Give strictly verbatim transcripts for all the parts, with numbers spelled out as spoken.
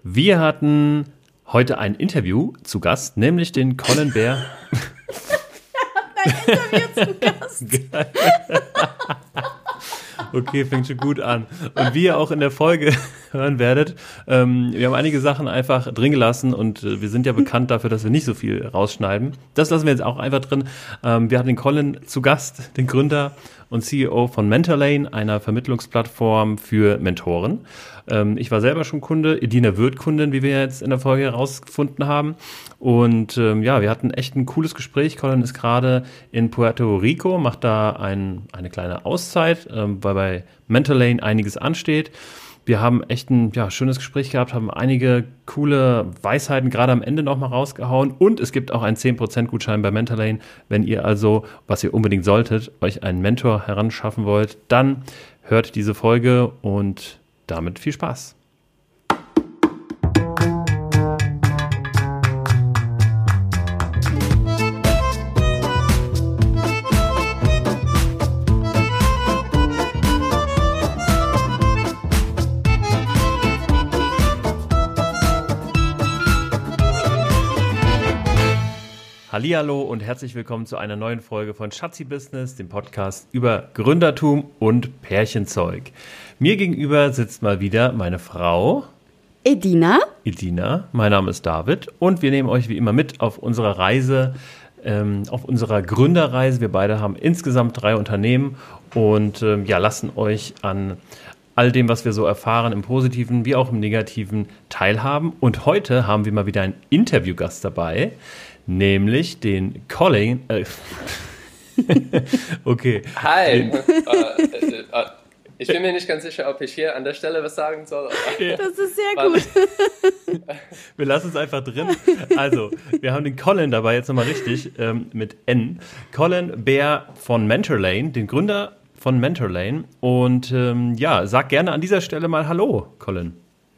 Wir hatten heute ein Interview zu Gast, nämlich den Colin Bear. Wir hatten ein Interview zu Gast. Okay, fängt schon gut an. Und wie ihr auch in der Folge hören werdet, ähm, wir haben einige Sachen einfach drin gelassen und äh, wir sind ja bekannt dafür, dass wir nicht so viel rausschneiden. Das lassen wir jetzt auch einfach drin. Ähm, wir hatten den Colin zu Gast, den Gründer und C E O von Mentorlane, einer Vermittlungsplattform für Mentoren. Ähm, ich war selber schon Kunde, Edina wird Kundin, wie wir jetzt in der Folge herausgefunden haben. Und ähm, ja, wir hatten echt ein cooles Gespräch. Colin ist gerade in Puerto Rico, macht da ein, eine kleine Auszeit, ähm, weil bei Mentorlane einiges ansteht. Wir haben echt ein ja, schönes Gespräch gehabt, haben einige coole Weisheiten gerade am Ende nochmal rausgehauen und es gibt auch einen zehn Prozent Gutschein bei Mentorlane. Wenn ihr also, was ihr unbedingt solltet, euch einen Mentor heranschaffen wollt, dann hört diese Folge und damit viel Spaß. Hallihallo und herzlich willkommen zu einer neuen Folge von Schatzi Business, dem Podcast über Gründertum und Pärchenzeug. Mir gegenüber sitzt mal wieder meine Frau Edina. Edina, mein Name ist David und wir nehmen euch wie immer mit auf unserer Reise, ähm, auf unserer Gründerreise. Wir beide haben insgesamt drei Unternehmen und ähm, ja, lassen euch an all dem, was wir so erfahren, im Positiven wie auch im Negativen teilhaben. Und heute haben wir mal wieder einen Interviewgast dabei, nämlich den Colin. Äh, okay. Hi. Den, äh, äh, äh, ich bin mir nicht ganz sicher, ob ich hier an der Stelle was sagen soll. Ja. Das ist sehr gut. Wir lassen es einfach drin. Also, wir haben den Colin dabei, jetzt nochmal richtig, ähm, mit N. Colin Bear von Mentorlane, den Gründer von Mentorlane. Und ähm, ja, sag gerne an dieser Stelle mal Hallo, Colin.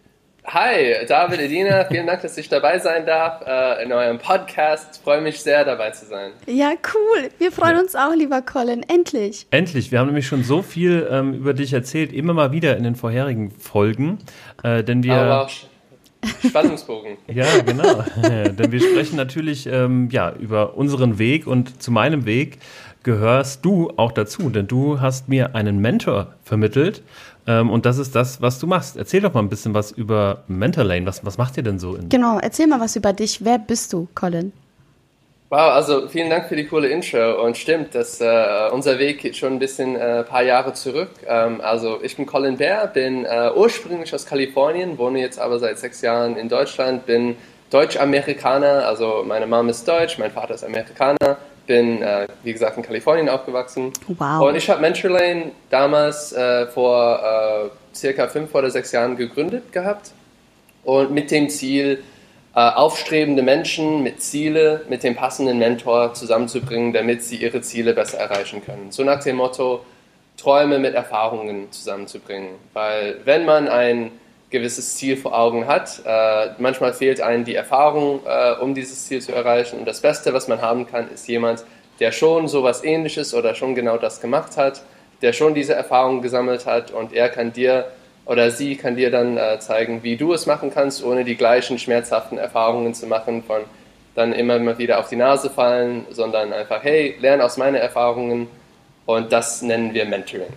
Hi, David, Edina, vielen Dank, dass ich dabei sein darf äh, in eurem Podcast. Ich freue mich sehr, dabei zu sein. Ja, cool. Wir freuen ja. uns auch, lieber Colin. Endlich. Endlich. Wir haben nämlich schon so viel ähm, über dich erzählt, immer mal wieder in den vorherigen Folgen. Äh, denn wir Aber auch Spannungsbogen. Ja, genau. Ja, denn wir sprechen natürlich ähm, ja, über unseren Weg und zu meinem Weg gehörst du auch dazu, denn du hast mir einen Mentor vermittelt. Ähm, und das ist das, was du machst. Erzähl doch mal ein bisschen was über Mentorlane. Was, was macht ihr denn so? In genau, erzähl mal was über dich. Wer bist du, Colin? Wow, also vielen Dank für die coole Intro. Und stimmt, dass äh, unser Weg geht schon ein bisschen ein äh, paar Jahre zurück. Ähm, also ich bin Colin Bear, bin äh, ursprünglich aus Kalifornien, wohne jetzt aber seit sechs Jahren in Deutschland, bin Deutsch-Amerikaner, also meine Mom ist Deutsch, mein Vater ist Amerikaner. Bin, äh, wie gesagt, in Kalifornien aufgewachsen. Wow. Und ich habe Mentorlane damals äh, vor äh, circa fünf oder sechs Jahren gegründet gehabt. Und mit dem Ziel, äh, aufstrebende Menschen mit Ziele, mit dem passenden Mentor zusammenzubringen, damit sie ihre Ziele besser erreichen können. So nach dem Motto, Träume mit Erfahrungen zusammenzubringen. Weil wenn man ein gewisses Ziel vor Augen hat. Äh, manchmal fehlt einem die Erfahrung, äh, um dieses Ziel zu erreichen. Und das Beste, was man haben kann, ist jemand, der schon sowas Ähnliches oder schon genau das gemacht hat, der schon diese Erfahrung gesammelt hat und er kann dir oder sie kann dir dann äh, zeigen, wie du es machen kannst, ohne die gleichen schmerzhaften Erfahrungen zu machen, von dann immer mal wieder auf die Nase fallen, sondern einfach, hey, lern aus meinen Erfahrungen und das nennen wir Mentoring.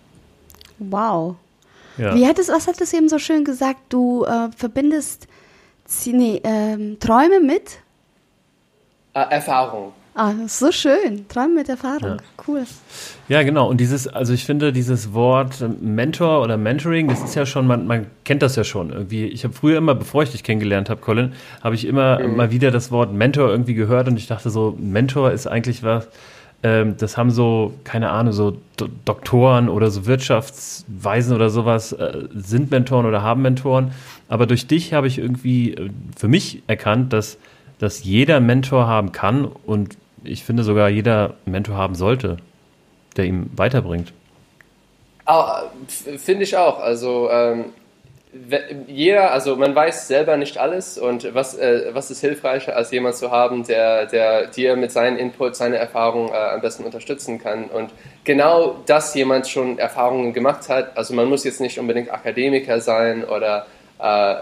Wow. Ja. Wie hattest, was hattest du eben so schön gesagt? Du äh, verbindest nee, ähm, Träume mit? Äh, Erfahrung. Ah, das ist so schön. Träume mit Erfahrung. Ja. Cool. Ja, genau. Und dieses, also ich finde, dieses Wort Mentor oder Mentoring, das ist ja schon, man, man kennt das ja schon irgendwie. Ich habe früher immer, bevor ich dich kennengelernt habe, Colin, habe ich immer mhm. mal wieder das Wort Mentor irgendwie gehört und ich dachte so, Mentor ist eigentlich was, ähm, das haben so, keine Ahnung, so Do- Doktoren oder so Wirtschaftsweisen oder sowas äh, sind Mentoren oder haben Mentoren. Aber durch dich habe ich irgendwie äh, für mich erkannt, dass, dass jeder Mentor haben kann und ich finde sogar jeder Mentor haben sollte, der ihm weiterbringt. Oh, finde ich auch. Also ähm, jeder, also man weiß selber nicht alles und was, äh, was ist hilfreicher, als jemand zu haben, der, der dir mit seinen Input, seine Erfahrung äh, am besten unterstützen kann. Und genau, dass jemand schon Erfahrungen gemacht hat, also man muss jetzt nicht unbedingt Akademiker sein oder äh,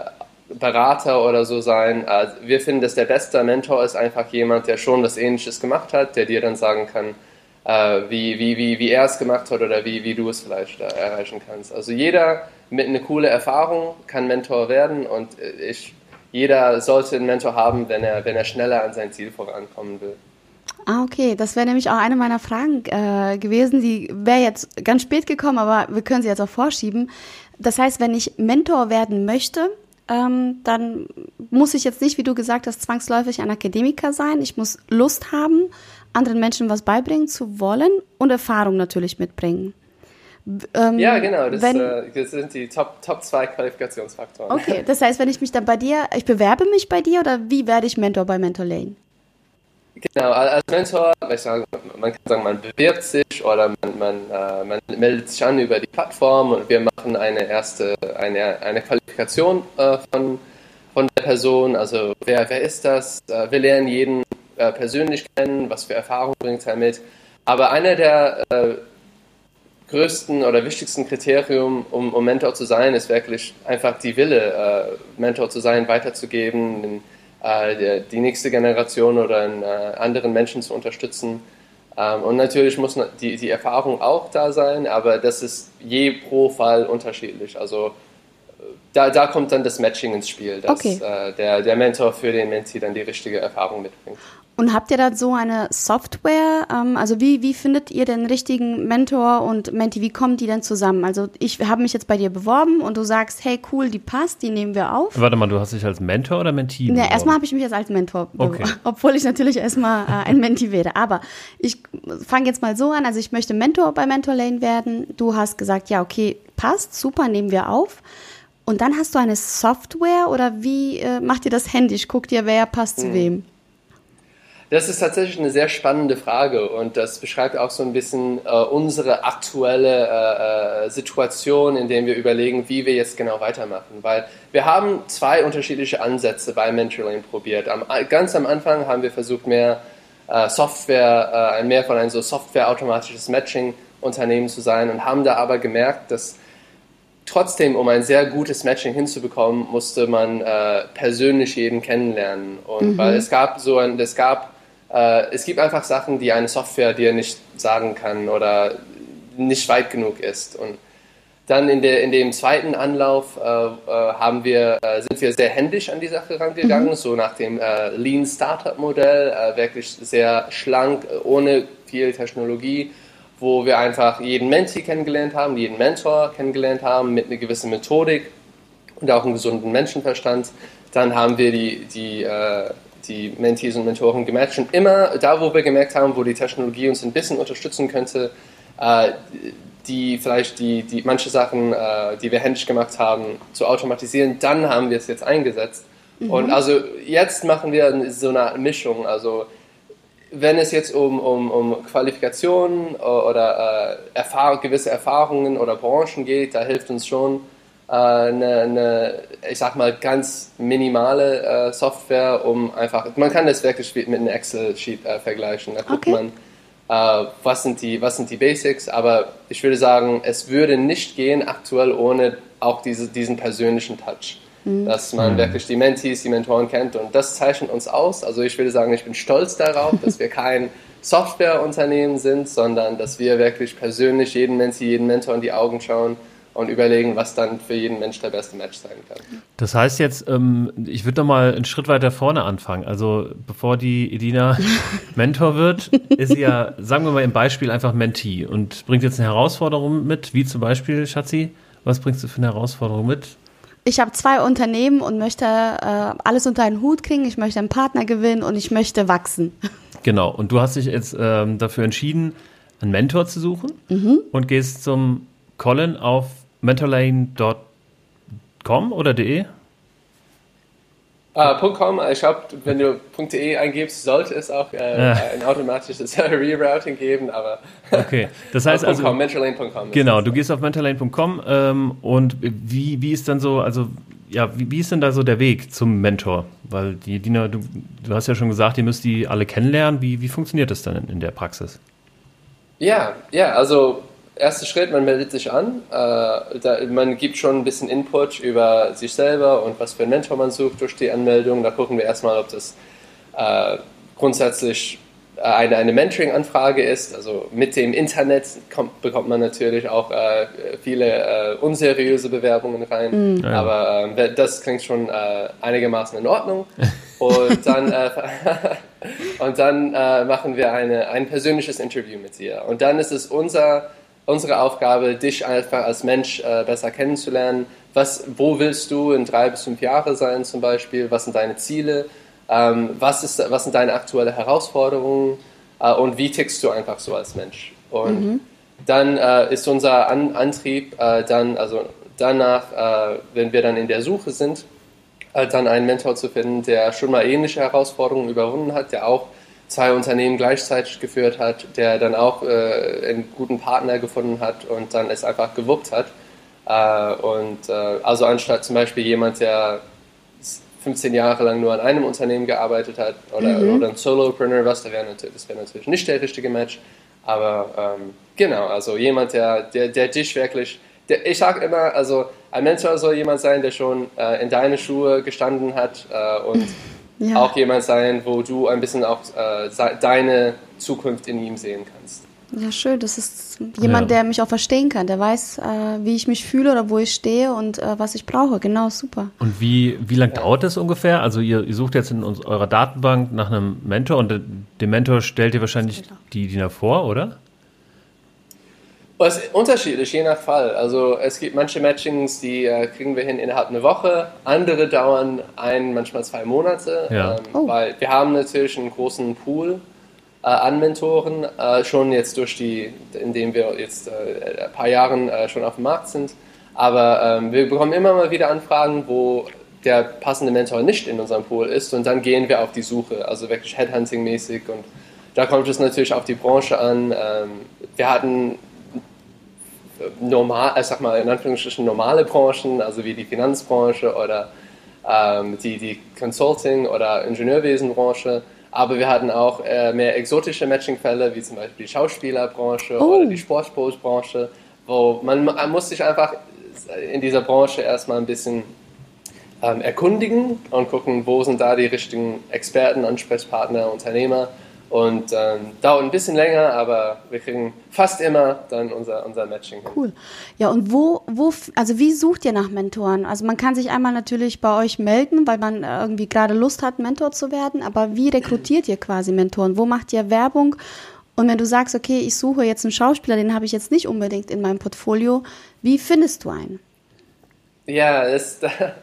Berater oder so sein. Also wir finden, dass der beste Mentor ist einfach jemand, der schon was Ähnliches gemacht hat, der dir dann sagen kann, äh, wie, wie, wie, wie er es gemacht hat oder wie, wie du es vielleicht äh, erreichen kannst. Also jeder mit einer coolen Erfahrung kann Mentor werden und ich, jeder sollte einen Mentor haben, wenn er, wenn er schneller an sein Ziel vorankommen will. Ah, okay. Das wäre nämlich auch eine meiner Fragen äh, gewesen. Die wäre jetzt ganz spät gekommen, aber wir können sie jetzt auch vorschieben. Das heißt, wenn ich Mentor werden möchte, ähm, dann muss ich jetzt nicht, wie du gesagt hast, zwangsläufig ein Akademiker sein. Ich muss Lust haben, anderen Menschen was beibringen zu wollen und Erfahrung natürlich mitbringen. Ähm, ja, genau. Das, wenn, äh, das sind die Top, Top zwei Qualifikationsfaktoren. Okay, das heißt, wenn ich mich dann bei dir, ich bewerbe mich bei dir oder wie werde ich Mentor bei Mentor Lane? Genau, als Mentor, ich sage, man kann sagen, man bewirbt sich oder man, man, äh, man meldet sich an über die Plattform und wir machen eine erste, eine, eine Qualifikation äh, von, von der Person, also wer, wer ist das, äh, wir lernen jeden äh, persönlich kennen, was für Erfahrungen bringt er mit, aber einer der äh, größten oder wichtigsten Kriterien, um, um Mentor zu sein, ist wirklich einfach die Wille, äh, Mentor zu sein, weiterzugeben, den, Die, die nächste Generation oder einen, äh, anderen Menschen zu unterstützen. Ähm, und natürlich muss die, die Erfahrung auch da sein, aber das ist je pro Fall unterschiedlich. Also da, da kommt dann das Matching ins Spiel, dass okay. äh, der, der Mentor für den Mentee dann die richtige Erfahrung mitbringt. Und habt ihr da so eine Software? Ähm, also wie, wie findet ihr den richtigen Mentor und Mentee? Wie kommen die denn zusammen? Also ich habe mich jetzt bei dir beworben und du sagst, hey cool, die passt, die nehmen wir auf. Warte mal, du hast dich als Mentor oder Mentee beworben? Ja, erstmal habe ich mich jetzt als Mentor beworben, okay. Obwohl ich natürlich erstmal äh, ein Mentee wäre. Aber ich fange jetzt mal so an, also ich möchte Mentor bei Mentor Lane werden. Du hast gesagt, ja okay, passt, super, nehmen wir auf. Und dann hast du eine Software oder wie äh, macht ihr das händisch? Guckt ihr, wer passt hm. zu wem? Das ist tatsächlich eine sehr spannende Frage und das beschreibt auch so ein bisschen äh, unsere aktuelle äh, Situation, in der wir überlegen, wie wir jetzt genau weitermachen. Weil wir haben zwei unterschiedliche Ansätze bei Mentor Lane probiert. Am, ganz am Anfang haben wir versucht, mehr äh, Software, äh, mehr von einem so Software-automatisches Matching-Unternehmen zu sein und haben da aber gemerkt, dass trotzdem, um ein sehr gutes Matching hinzubekommen, musste man äh, persönlich jeden kennenlernen. Und mhm. weil es gab so ein, es gab Äh, es gibt einfach Sachen, die eine Software dir nicht sagen kann oder nicht weit genug ist. Und dann in, der, in dem zweiten Anlauf äh, äh, haben wir, äh, sind wir sehr händisch an die Sache rangegangen, mhm. so nach dem äh, Lean Startup Modell, äh, wirklich sehr schlank, ohne viel Technologie, wo wir einfach jeden Mentee kennengelernt haben, jeden Mentor kennengelernt haben mit einer gewissen Methodik und auch einem gesunden Menschenverstand. Dann haben wir die, die äh, die Mentees und Mentoren gematcht und immer da, wo wir gemerkt haben, wo die Technologie uns ein bisschen unterstützen könnte, äh, die vielleicht die, die manche Sachen, äh, die wir händisch gemacht haben, zu automatisieren, dann haben wir es jetzt eingesetzt. Mhm. Und also jetzt machen wir so eine Mischung, also wenn es jetzt um, um, um Qualifikationen oder äh, Erfahr- gewisse Erfahrungen oder Branchen geht, da hilft uns schon Eine, eine, ich sag mal, ganz minimale äh, Software, um einfach, man kann das wirklich mit einem Excel-Sheet äh, vergleichen. Da guckt okay. man, äh, was, sind die, was sind die Basics, aber ich würde sagen, es würde nicht gehen aktuell ohne auch diese, diesen persönlichen Touch, mhm. dass man mhm. wirklich die Mentees, die Mentoren kennt und das zeichnet uns aus. Also ich würde sagen, ich bin stolz darauf, dass wir kein Softwareunternehmen sind, sondern dass wir wirklich persönlich jeden Mentee, jeden Mentor in die Augen schauen und überlegen, was dann für jeden Mensch der beste Match sein kann. Das heißt jetzt, ähm, ich würde noch mal einen Schritt weiter vorne anfangen. Also bevor die Edina Mentor wird, ist sie ja, sagen wir mal im Beispiel, einfach Mentee und bringt jetzt eine Herausforderung mit, wie zum Beispiel, Schatzi, was bringst du für eine Herausforderung mit? Ich habe zwei Unternehmen und möchte äh, alles unter einen Hut kriegen. Ich möchte einen Partner gewinnen und ich möchte wachsen. Genau, und du hast dich jetzt ähm, dafür entschieden, einen Mentor zu suchen mhm. und gehst zum Colin auf mentorlane Punkt com oder .de? Uh, .com, ich glaube, wenn du .de eingibst, sollte es auch äh, ja. ein automatisches Rerouting geben, aber okay, das heißt also .com, mentorlane Punkt com. Genau, du gehst auf mentorlane Punkt com ähm, und wie, wie ist dann so, also ja, wie, wie ist denn da so der Weg zum Mentor? Weil die Dina, du, du hast ja schon gesagt, ihr müsst die alle kennenlernen. Wie, wie funktioniert das dann in, in der Praxis? Ja, ja, also erster Schritt, man meldet sich an, äh, da, man gibt schon ein bisschen Input über sich selber und was für einen Mentor man sucht durch die Anmeldung. Da gucken wir erstmal, ob das äh, grundsätzlich eine, eine Mentoring-Anfrage ist. Also mit dem Internet kommt, bekommt man natürlich auch äh, viele äh, unseriöse Bewerbungen rein, mhm. aber äh, das klingt schon äh, einigermaßen in Ordnung. Und dann, äh, und dann äh, machen wir eine, ein persönliches Interview mit dir. Und dann ist es unser, unsere Aufgabe, dich einfach als Mensch äh, besser kennenzulernen. Was, wo willst du in drei bis fünf Jahren sein zum Beispiel? Was sind deine Ziele? Ähm, was, ist, was sind deine aktuellen Herausforderungen äh, und wie tickst du einfach so als Mensch? Und mhm. dann äh, ist unser An- Antrieb äh, dann, also danach, äh, wenn wir dann in der Suche sind, äh, dann einen Mentor zu finden, der schon mal ähnliche Herausforderungen überwunden hat, der auch zwei Unternehmen gleichzeitig geführt hat, der dann auch äh, einen guten Partner gefunden hat und dann es einfach gewuppt hat. Äh, und äh, also anstatt zum Beispiel jemand, der fünfzehn Jahre lang nur an einem Unternehmen gearbeitet hat oder, mhm. oder ein Solopreneur, was, das wäre natürlich, das wär natürlich nicht der richtige Match. Aber ähm, genau, also jemand, der, der, der dich wirklich, der, ich sage immer, also ein Mentor soll jemand sein, der schon äh, in deine Schuhe gestanden hat äh, und ja. auch jemand sein, wo du ein bisschen auch äh, deine Zukunft in ihm sehen kannst. Ja, schön. Das ist jemand, ja. der mich auch verstehen kann, der weiß, äh, wie ich mich fühle oder wo ich stehe und äh, was ich brauche. Genau, super. Und wie, wie lange ja. dauert das ungefähr? Also ihr, ihr sucht jetzt in uns, eurer Datenbank nach einem Mentor und den Mentor stellt ihr wahrscheinlich die DIN A vor, oder? Es ist unterschiedlich, je nach Fall. Also es gibt manche Matchings, die äh, kriegen wir hin innerhalb einer Woche, andere dauern ein, manchmal zwei Monate, ja. ähm, oh. weil wir haben natürlich einen großen Pool äh, an Mentoren, äh, schon jetzt durch die, indem wir jetzt äh, ein paar Jahren äh, schon auf dem Markt sind, aber ähm, wir bekommen immer mal wieder Anfragen, wo der passende Mentor nicht in unserem Pool ist und dann gehen wir auf die Suche, also wirklich Headhunting-mäßig und da kommt es natürlich auf die Branche an. Ähm, wir hatten normal, ich sag mal in Anführungsstrichen normale Branchen, also wie die Finanzbranche oder ähm, die, die Consulting- oder Ingenieurwesenbranche, aber wir hatten auch äh, mehr exotische Matching-Fälle, wie zum Beispiel die Schauspielerbranche oh. oder die Sportcoach-Branche, wo man, man muss sich einfach in dieser Branche erstmal ein bisschen ähm, erkundigen und gucken, wo sind da die richtigen Experten, Ansprechpartner, Unternehmer. Und ähm, dauert ein bisschen länger, aber wir kriegen fast immer dann unser, unser Matching hin. Cool. Ja, und wo, wo, also wie sucht ihr nach Mentoren? Also man kann sich einmal natürlich bei euch melden, weil man irgendwie gerade Lust hat, Mentor zu werden, aber wie rekrutiert ihr quasi Mentoren? Wo macht ihr Werbung? Und wenn du sagst, okay, ich suche jetzt einen Schauspieler, den habe ich jetzt nicht unbedingt in meinem Portfolio, wie findest du einen? Ja, ist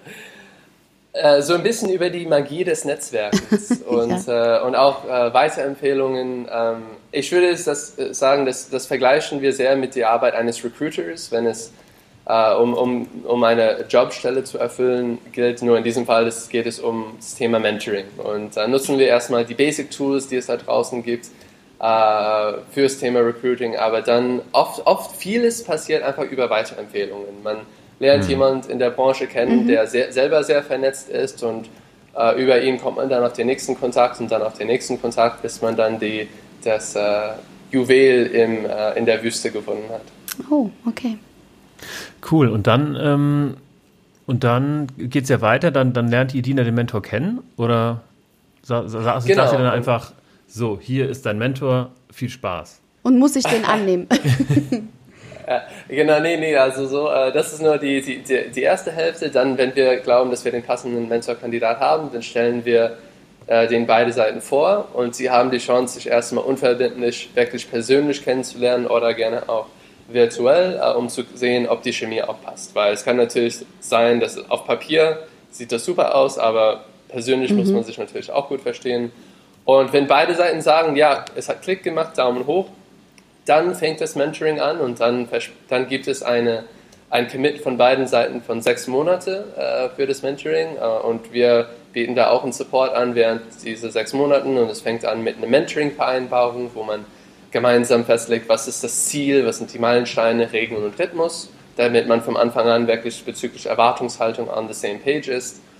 äh, so ein bisschen über die Magie des Netzwerkes und, ja. äh, und auch äh, Weiterempfehlungen. Ähm, ich würde es das, äh, sagen, das, das vergleichen wir sehr mit der Arbeit eines Recruiters, wenn es äh, um, um, um eine Jobstelle zu erfüllen gilt. Nur in diesem Fall ist, geht es um das Thema Mentoring. Und da nutzen wir erstmal die Basic Tools, die es da draußen gibt, äh, fürs Thema Recruiting. Aber dann oft, oft vieles passiert einfach über Weiterempfehlungen. Man lernt mhm. jemand in der Branche kennen, mhm. der sehr, selber sehr vernetzt ist und äh, über ihn kommt man dann auf den nächsten Kontakt und dann auf den nächsten Kontakt, bis man dann die, das äh, Juwel im, äh, in der Wüste gefunden hat. Oh, okay. Cool. Und dann, ähm, und dann geht es ja weiter, dann, dann lernt die Edina den Mentor kennen oder sa- sa- sagt genau. ihr dann einfach, so, hier ist dein Mentor, viel Spaß. Und muss ich den annehmen? Ja, genau, nee, nee, also so, äh, das ist nur die, die, die erste Hälfte. Dann, wenn wir glauben, dass wir den passenden Mentorkandidat haben, dann stellen wir äh, den beide Seiten vor und sie haben die Chance, sich erstmal unverbindlich, wirklich persönlich kennenzulernen oder gerne auch virtuell, äh, um zu sehen, ob die Chemie auch passt. Weil es kann natürlich sein, dass auf Papier sieht das super aus, aber persönlich mhm. muss man sich natürlich auch gut verstehen. Und wenn beide Seiten sagen, ja, es hat Klick gemacht, Daumen hoch, dann fängt das Mentoring an und dann, dann gibt es eine, ein Commit von beiden Seiten von sechs Monate äh, für das Mentoring äh, und wir bieten da auch einen Support an während dieser sechs Monaten und es fängt an mit einer Mentoring-Vereinbarung, wo man gemeinsam festlegt, was ist das Ziel, was sind die Meilensteine, Regeln und Rhythmus, damit man vom Anfang an wirklich bezüglich Erwartungshaltung on the same page ist.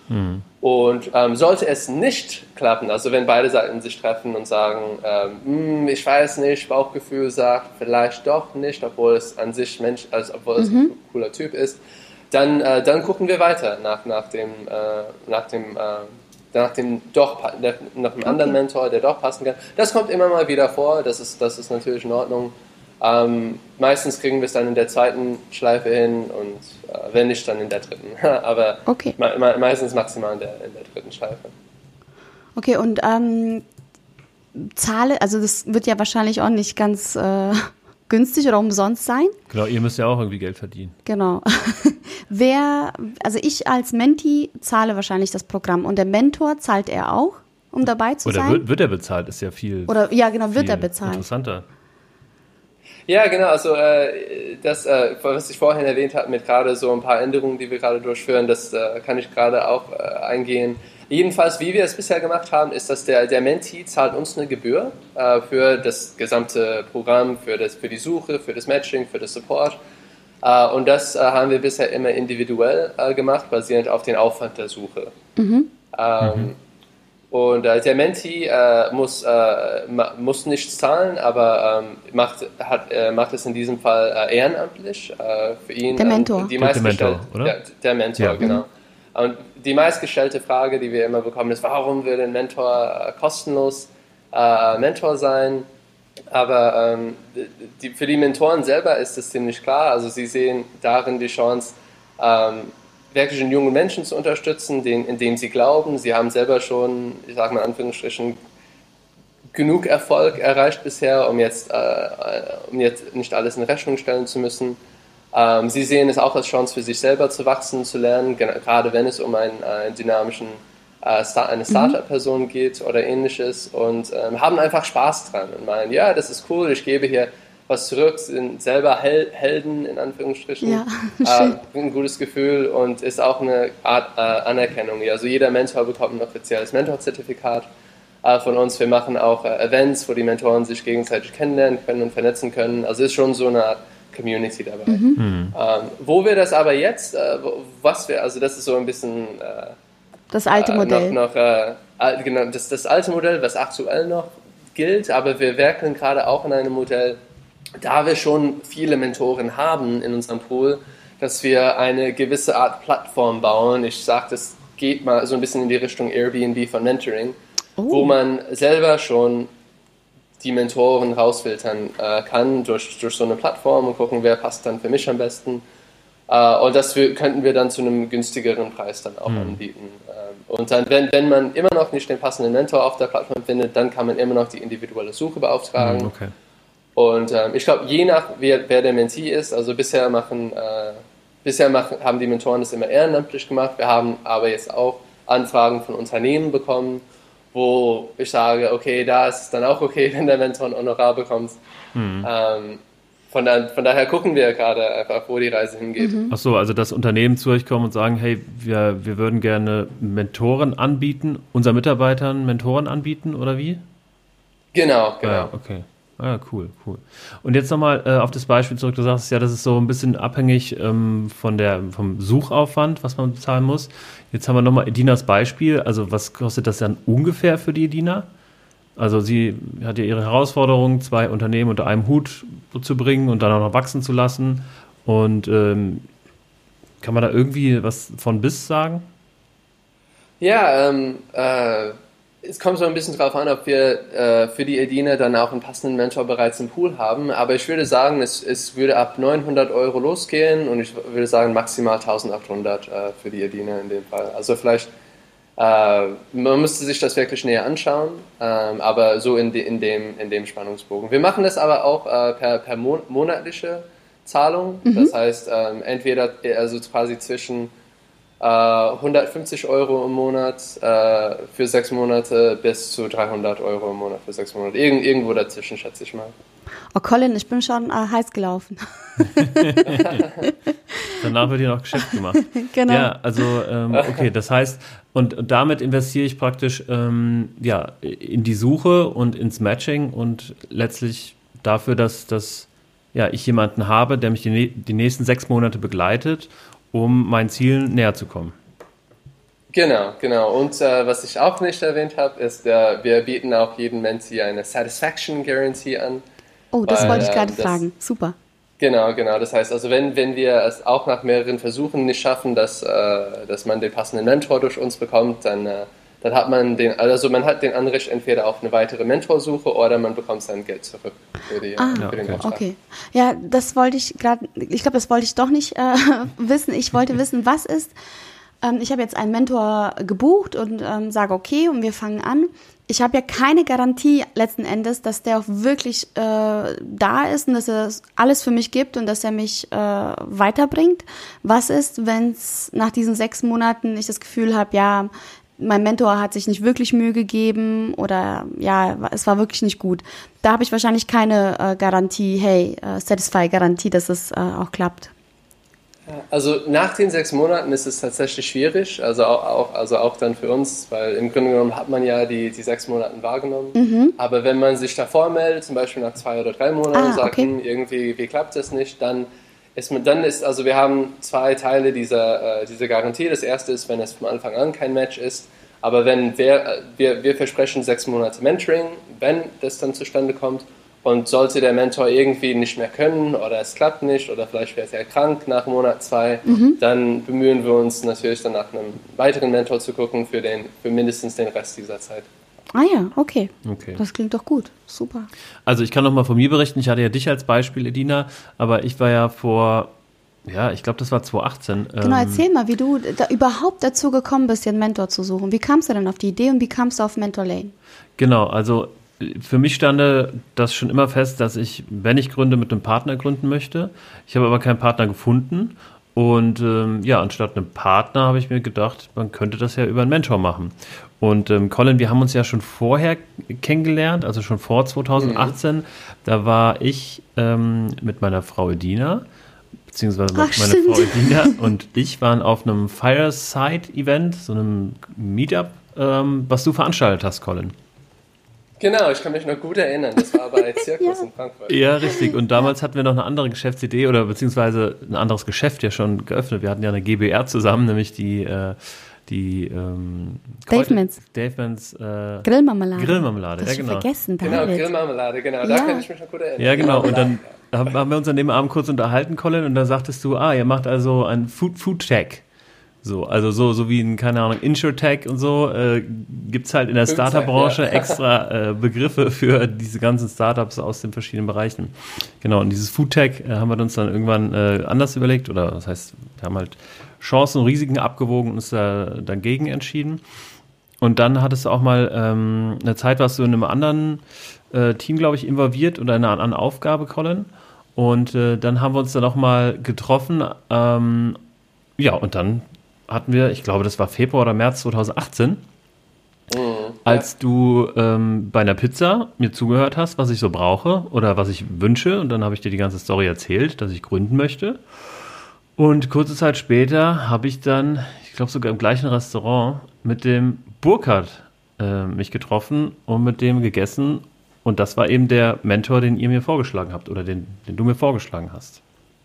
Mhm. Und ähm, sollte es nicht klappen, also wenn beide Seiten sich treffen und sagen, ähm, ich weiß nicht, Bauchgefühl sagt vielleicht doch nicht, obwohl es an sich Mensch, also obwohl es mhm. ein cooler Typ ist, dann, äh, dann gucken wir weiter nach, nach dem, äh, nach dem, äh, nach dem doch, nach einem anderen okay. Mentor, der doch passen kann. Das kommt immer mal wieder vor, das ist, das ist natürlich in Ordnung. Ähm, meistens kriegen wir es dann in der zweiten Schleife hin und äh, wenn nicht, dann in der dritten. Aber okay. me- me- meistens maximal in der, in der dritten Schleife. Okay, und ähm, Zahle, also das wird ja wahrscheinlich auch nicht ganz äh, günstig oder umsonst sein. Genau, ihr müsst ja auch irgendwie Geld verdienen. Genau. Wer, also ich als Mentee zahle wahrscheinlich das Programm und der Mentor zahlt er auch, um dabei zu oder sein? Oder wird, wird er bezahlt, ist ja viel Oder ja, genau, wird er bezahlt. Interessanter. Ja, genau, also äh, das, äh, was ich vorhin erwähnt habe, mit gerade so ein paar Änderungen, die wir gerade durchführen, das äh, kann ich gerade auch äh, eingehen. Jedenfalls, wie wir es bisher gemacht haben, ist, dass der, der Mentee zahlt uns eine Gebühr äh, für das gesamte Programm, für, das, für die Suche, für das Matching, für das Support. Äh, und das äh, haben wir bisher immer individuell äh, gemacht, basierend auf den Aufwand der Suche. Mhm. Ähm, mhm. Und äh, der Mentee äh, muss, äh, ma- muss nichts zahlen, aber ähm, macht, hat, äh, macht es in diesem Fall äh, ehrenamtlich äh, für ihn. Der Mentor. Ähm, die der Mentor, oder? Der, der Mentor, ja. Genau. Und die meistgestellte Frage, die wir immer bekommen, ist, warum will ein Mentor äh, kostenlos äh, Mentor sein? Aber ähm, die, für die Mentoren selber ist es ziemlich klar. Also sie sehen darin die Chance, ähm, wirklich einen jungen Menschen zu unterstützen, den, in den sie glauben. Sie haben selber schon, ich sage mal in Anführungsstrichen, genug Erfolg erreicht bisher, um jetzt, äh, um jetzt nicht alles in Rechnung stellen zu müssen. Ähm, sie sehen es auch als Chance für sich selber zu wachsen, zu lernen, gerade wenn es um einen, einen dynamischen, äh, Star- eine Startup-Person geht oder ähnliches und ähm, haben einfach Spaß dran und meinen, ja, das ist cool, ich gebe hier was zurück, sind selber Hel- Helden in Anführungsstrichen, ja, äh, ein gutes Gefühl und ist auch eine Art äh, Anerkennung. Also jeder Mentor bekommt ein offizielles Mentorzertifikat äh, von uns. Wir machen auch äh, Events, wo die Mentoren sich gegenseitig kennenlernen können und vernetzen können. Also ist schon so eine Art Community dabei. Mhm. Ähm, wo wir das aber jetzt, äh, was wir, also das ist so ein bisschen äh, das alte Modell. Äh, noch, noch, äh, genau, das, das alte Modell, was aktuell noch gilt, aber wir werkeln gerade auch in einem Modell, da wir schon viele Mentoren haben in unserem Pool, dass wir eine gewisse Art Plattform bauen. Ich sage, das geht mal so ein bisschen in die Richtung Airbnb von Mentoring, oh. wo man selber schon die Mentoren rausfiltern äh, kann durch, durch so eine Plattform und gucken, wer passt dann für mich am besten. Äh, und das wir, könnten wir dann zu einem günstigeren Preis dann auch mhm. anbieten. Ähm, und dann, wenn, wenn man immer noch nicht den passenden Mentor auf der Plattform findet, dann kann man immer noch die individuelle Suche beauftragen. Mhm, okay. Und ähm, ich glaube, je nach wer, wer der Mentee ist, also bisher machen, äh, bisher machen, haben die Mentoren das immer ehrenamtlich gemacht. Wir haben aber jetzt auch Anfragen von Unternehmen bekommen, wo ich sage, okay, da ist es dann auch okay, wenn der Mentor ein Honorar bekommt. Mhm. Ähm, von, da, von daher gucken wir gerade einfach, wo die Reise hingeht. Mhm. Ach so, also dass Unternehmen zu euch kommen und sagen, hey, wir, wir würden gerne Mentoren anbieten, unseren Mitarbeitern Mentoren anbieten, oder wie? Genau, genau. Ah, okay. Ah, cool, cool. Und jetzt nochmal äh, auf das Beispiel zurück. Du sagst ja, das ist so ein bisschen abhängig ähm, von der, vom Suchaufwand, was man bezahlen muss. Jetzt haben wir nochmal Edinas Beispiel. Also was kostet das dann ungefähr für die Edina? Also sie hat ja ihre Herausforderung, zwei Unternehmen unter einem Hut zu bringen und dann auch noch wachsen zu lassen. Und ähm, kann man da irgendwie was von bis sagen? Ja, ähm, äh, es kommt so ein bisschen drauf an, ob wir äh, für die Edina dann auch einen passenden Mentor bereits im Pool haben. Aber ich würde sagen, es, es würde ab neunhundert Euro losgehen und ich würde sagen maximal eintausendachthundert äh, für die Edina in dem Fall. Also vielleicht, äh, man müsste sich das wirklich näher anschauen, ähm, aber so in, de, in, dem, in dem Spannungsbogen. Wir machen das aber auch äh, per, per mon- monatliche Zahlung. Mhm. Das heißt, ähm, entweder also quasi zwischen hundertfünfzig Euro im Monat äh, für sechs Monate bis zu dreihundert Euro im Monat für sechs Monate. Irgend, irgendwo dazwischen, schätze ich mal. Oh Colin, ich bin schon äh, heiß gelaufen. Danach wird hier noch Geschäft gemacht. Genau. Ja, also ähm, okay, das heißt, und damit investiere ich praktisch ähm, ja, in die Suche und ins Matching und letztlich dafür, dass, dass ja, ich jemanden habe, der mich die, die nächsten sechs Monate begleitet, um meinen Zielen näher zu kommen. Genau, genau. Und äh, was ich auch nicht erwähnt habe, ist, äh, wir bieten auch jedem Mentee eine Satisfaction Guarantee an. Oh, das weil, wollte ich gerade ähm, das, fragen. Super. Genau, genau. Das heißt, also wenn, wenn wir es auch nach mehreren Versuchen nicht schaffen, dass, äh, dass man den passenden Mentor durch uns bekommt, dann, äh, dann hat man den, also man hat den Anrecht entweder auf eine weitere Mentorsuche oder man bekommt sein Geld zurück für, die, Ah, für den Auftrag. Okay. Ja, das wollte ich gerade, ich glaube, das wollte ich doch nicht äh, wissen. Ich wollte wissen, was ist, ähm, ich habe jetzt einen Mentor gebucht und ähm, sage, okay, und wir fangen an. Ich habe ja keine Garantie letzten Endes, dass der auch wirklich äh, da ist und dass er alles für mich gibt und dass er mich äh, weiterbringt. Was ist, wenn es nach diesen sechs Monaten ich das Gefühl habe, ja, mein Mentor hat sich nicht wirklich Mühe gegeben oder ja, es war wirklich nicht gut. Da habe ich wahrscheinlich keine äh, Garantie, hey, äh, Satisfy-Garantie, dass es äh, auch klappt. Also nach den sechs Monaten ist es tatsächlich schwierig, also auch, auch, also auch dann für uns, weil im Grunde genommen hat man ja die, die sechs Monate wahrgenommen. Mhm. Aber wenn man sich davor meldet, zum Beispiel nach zwei oder drei Monaten, ah, und sagt, okay. irgendwie wie klappt das nicht, dann ist man, dann ist, also wir haben zwei Teile dieser, äh, dieser Garantie. Das erste ist, wenn es von Anfang an kein Match ist, aber wenn wir, wir, wir versprechen sechs Monate Mentoring, wenn das dann zustande kommt. Und sollte der Mentor irgendwie nicht mehr können oder es klappt nicht oder vielleicht wird er krank nach Monat zwei, mhm. dann bemühen wir uns natürlich dann nach einem weiteren Mentor zu gucken für, den, für mindestens den Rest dieser Zeit. Ah ja, okay. okay. Das klingt doch gut. Super. Also ich kann noch mal von mir berichten. Ich hatte ja dich als Beispiel, Edina, aber ich war ja vor, ja, ich glaube, das war zwanzig achtzehn. Genau, erzähl mal, wie du da überhaupt dazu gekommen bist, dir einen Mentor zu suchen. Wie kamst du denn auf die Idee und wie kamst du auf Mentor Lane? Genau, also für mich stand das schon immer fest, dass ich, wenn ich gründe, mit einem Partner gründen möchte. Ich habe aber keinen Partner gefunden. Und ähm, ja, anstatt einem Partner habe ich mir gedacht, man könnte das ja über einen Mentor machen. Und ähm, Colin, wir haben uns ja schon vorher kennengelernt, also schon vor zwanzig achtzehn. Mhm. Da war ich ähm, mit meiner Frau Edina, beziehungsweise Ach, meine stimmt. Frau Edina und ich waren auf einem Fireside-Event, so einem Meetup, ähm, was du veranstaltet hast, Colin. Genau, ich kann mich noch gut erinnern. Das war bei Zirkus ja. in Frankfurt. Ja, richtig. Und damals hatten wir noch eine andere Geschäftsidee oder beziehungsweise ein anderes Geschäft ja schon geöffnet. Wir hatten ja eine G b R zusammen, nämlich die, äh, die ähm, Davemans. Davemans äh, Grillmarmelade. Grillmarmelade, das ja genau. Vergessen, genau, Grillmarmelade, genau. Da ja. kann ich mich noch gut erinnern. Ja, genau. Und dann haben wir uns an dem Abend kurz unterhalten, Colin, und da sagtest du, ah, ihr macht also ein Food, Food Tech. So, also so, so wie ein, keine Ahnung, InsurTech und so, äh, gibt es halt in der Startup-Branche ja. extra äh, Begriffe für diese ganzen Startups aus den verschiedenen Bereichen. Genau, und dieses Foodtech äh, haben wir uns dann irgendwann äh, anders überlegt, oder das heißt, wir haben halt Chancen und Risiken abgewogen und uns da dagegen entschieden. Und dann hattest du auch mal ähm, eine Zeit, warst du in einem anderen äh, Team, glaube ich, involviert oder in einer anderen Aufgabe, Colin. Und äh, dann haben wir uns dann auch mal getroffen. Ähm, ja, und dann hatten wir, ich glaube, das war Februar oder März zwanzig achtzehn, mhm, als ja. du ähm, bei einer Pizza mir zugehört hast, was ich so brauche oder was ich wünsche. Und dann habe ich dir die ganze Story erzählt, dass ich gründen möchte. Und kurze Zeit später habe ich dann, ich glaube sogar im gleichen Restaurant, mit dem Burkhard äh, mich getroffen und mit dem gegessen. Und das war eben der Mentor, den ihr mir vorgeschlagen habt oder den, den du mir vorgeschlagen hast.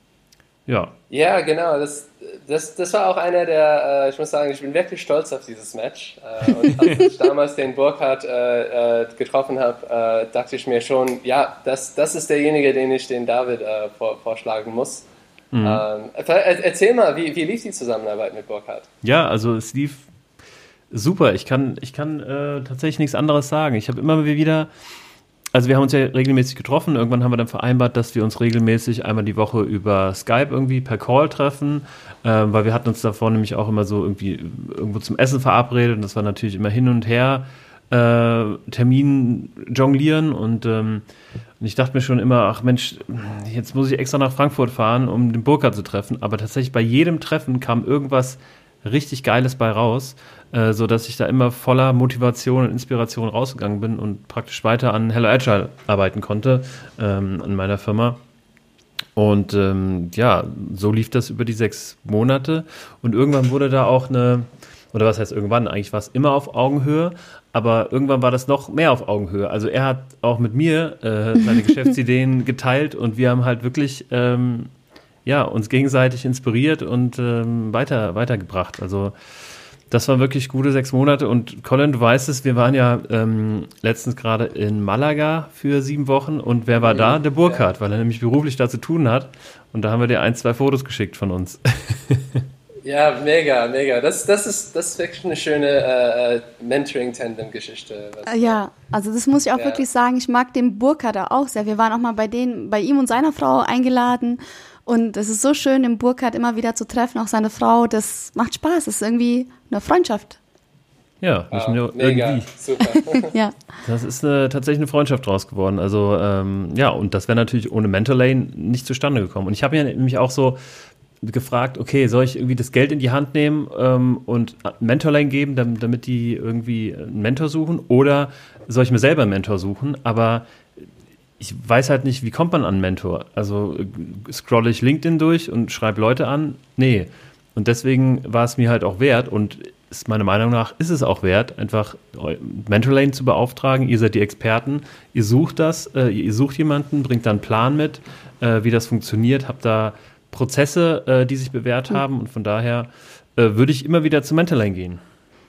Ja. Ja, genau. Das, das, das war auch einer der, äh, ich muss sagen, ich bin wirklich stolz auf dieses Match. Äh, und als ich damals den Burkhard äh, äh, getroffen habe, äh, dachte ich mir schon, ja, das, das ist derjenige, den ich den David äh, vor, vorschlagen muss. Mhm. Ähm, erzähl mal, wie, wie lief die Zusammenarbeit mit Burkhard? Ja, also es lief super. Ich kann, ich kann äh, tatsächlich nichts anderes sagen. Ich habe immer wieder... Also wir haben uns ja regelmäßig getroffen. Irgendwann haben wir dann vereinbart, dass wir uns regelmäßig einmal die Woche über Skype irgendwie per Call treffen, äh, weil wir hatten uns davor nämlich auch immer so irgendwie irgendwo zum Essen verabredet und das war natürlich immer hin und her äh, Termin jonglieren und, ähm, und ich dachte mir schon immer, ach Mensch, jetzt muss ich extra nach Frankfurt fahren, um den Burkhard zu treffen, aber tatsächlich bei jedem Treffen kam irgendwas richtig Geiles bei raus, äh, so dass ich da immer voller Motivation und Inspiration rausgegangen bin und praktisch weiter an Hello Agile arbeiten konnte, ähm, an meiner Firma. Und ähm, ja, so lief das über die sechs Monate und irgendwann wurde da auch eine, oder was heißt irgendwann, eigentlich war es immer auf Augenhöhe, aber irgendwann war das noch mehr auf Augenhöhe. Also er hat auch mit mir äh, seine Geschäftsideen geteilt und wir haben halt wirklich ähm, ja, uns gegenseitig inspiriert und ähm, weiter, weitergebracht. Also Das waren wirklich gute sechs Monate und Colin, du weißt es, wir waren ja ähm, letztens gerade in Malaga für sieben Wochen und wer war da? Der Burkhard, ja. Weil er nämlich beruflich da zu tun hat und da haben wir dir ein, zwei Fotos geschickt von uns. Ja, mega, mega. Das, das, ist, das ist wirklich eine schöne äh, Mentoring-Tandem-Geschichte. Ja, also das muss ich auch ja. wirklich sagen, ich mag den Burkhard auch sehr. Wir waren auch mal bei denen, bei ihm und seiner Frau eingeladen. Und es ist so schön, den Burkhard immer wieder zu treffen, auch seine Frau. Das macht Spaß, das ist irgendwie eine Freundschaft. Ja, nicht wow, nur mega, irgendwie. Super. Ja. Das ist eine, tatsächlich eine Freundschaft draus geworden. Also ähm, ja, und das wäre natürlich ohne Mentor Lane nicht zustande gekommen. Und ich habe mir nämlich auch so gefragt, okay, soll ich irgendwie das Geld in die Hand nehmen ähm, und Mentor Lane geben, damit, damit die irgendwie einen Mentor suchen? Oder soll ich mir selber einen Mentor suchen? Aber ich weiß halt nicht, wie kommt man an einen Mentor? Also scrolle ich LinkedIn durch und schreibe Leute an? Nee. Und deswegen war es mir halt auch wert und ist meiner Meinung nach ist es auch wert, einfach Mentor Lane zu beauftragen. Ihr seid die Experten, ihr sucht das, äh, ihr sucht jemanden, bringt dann einen Plan mit, äh, wie das funktioniert, habt da Prozesse, äh, die sich bewährt mhm. haben und von daher äh, würde ich immer wieder zu Mentor Lane gehen.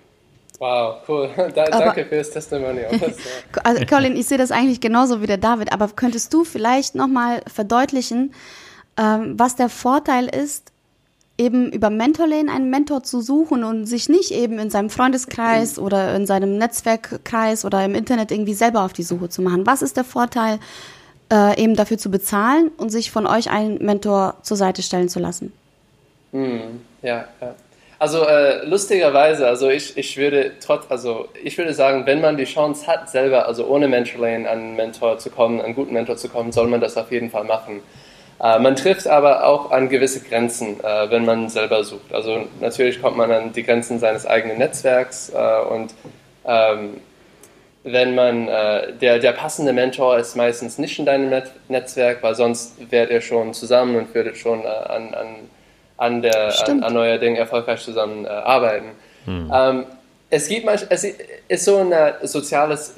Wow, cool. Da, danke für das Testimonial. Also Colin, ich sehe das eigentlich genauso wie der David, aber könntest du vielleicht nochmal verdeutlichen, ähm, was der Vorteil ist, eben über Mentor Lane einen Mentor zu suchen und sich nicht eben in seinem Freundeskreis oder in seinem Netzwerkkreis oder im Internet irgendwie selber auf die Suche zu machen? Was ist der Vorteil, äh, eben dafür zu bezahlen und sich von euch einen Mentor zur Seite stellen zu lassen? Mm, ja, ja. Also äh, lustigerweise, also ich, ich würde trotz, also ich würde sagen, wenn man die Chance hat, selber, also ohne Mentor Lane an einen Mentor zu kommen, an einen guten Mentor zu kommen, soll man das auf jeden Fall machen. Äh, man trifft aber auch an gewisse Grenzen, äh, wenn man selber sucht. Also natürlich kommt man an die Grenzen seines eigenen Netzwerks äh, und ähm, wenn man, äh, der, der passende Mentor ist meistens nicht in deinem Net- Netzwerk, weil sonst wärt ihr schon zusammen und würdet schon äh, an, an an, der, an, an neuer Dinge erfolgreich zusammen äh, arbeiten. Hm. Ähm, es gibt manch, es ist so ein soziales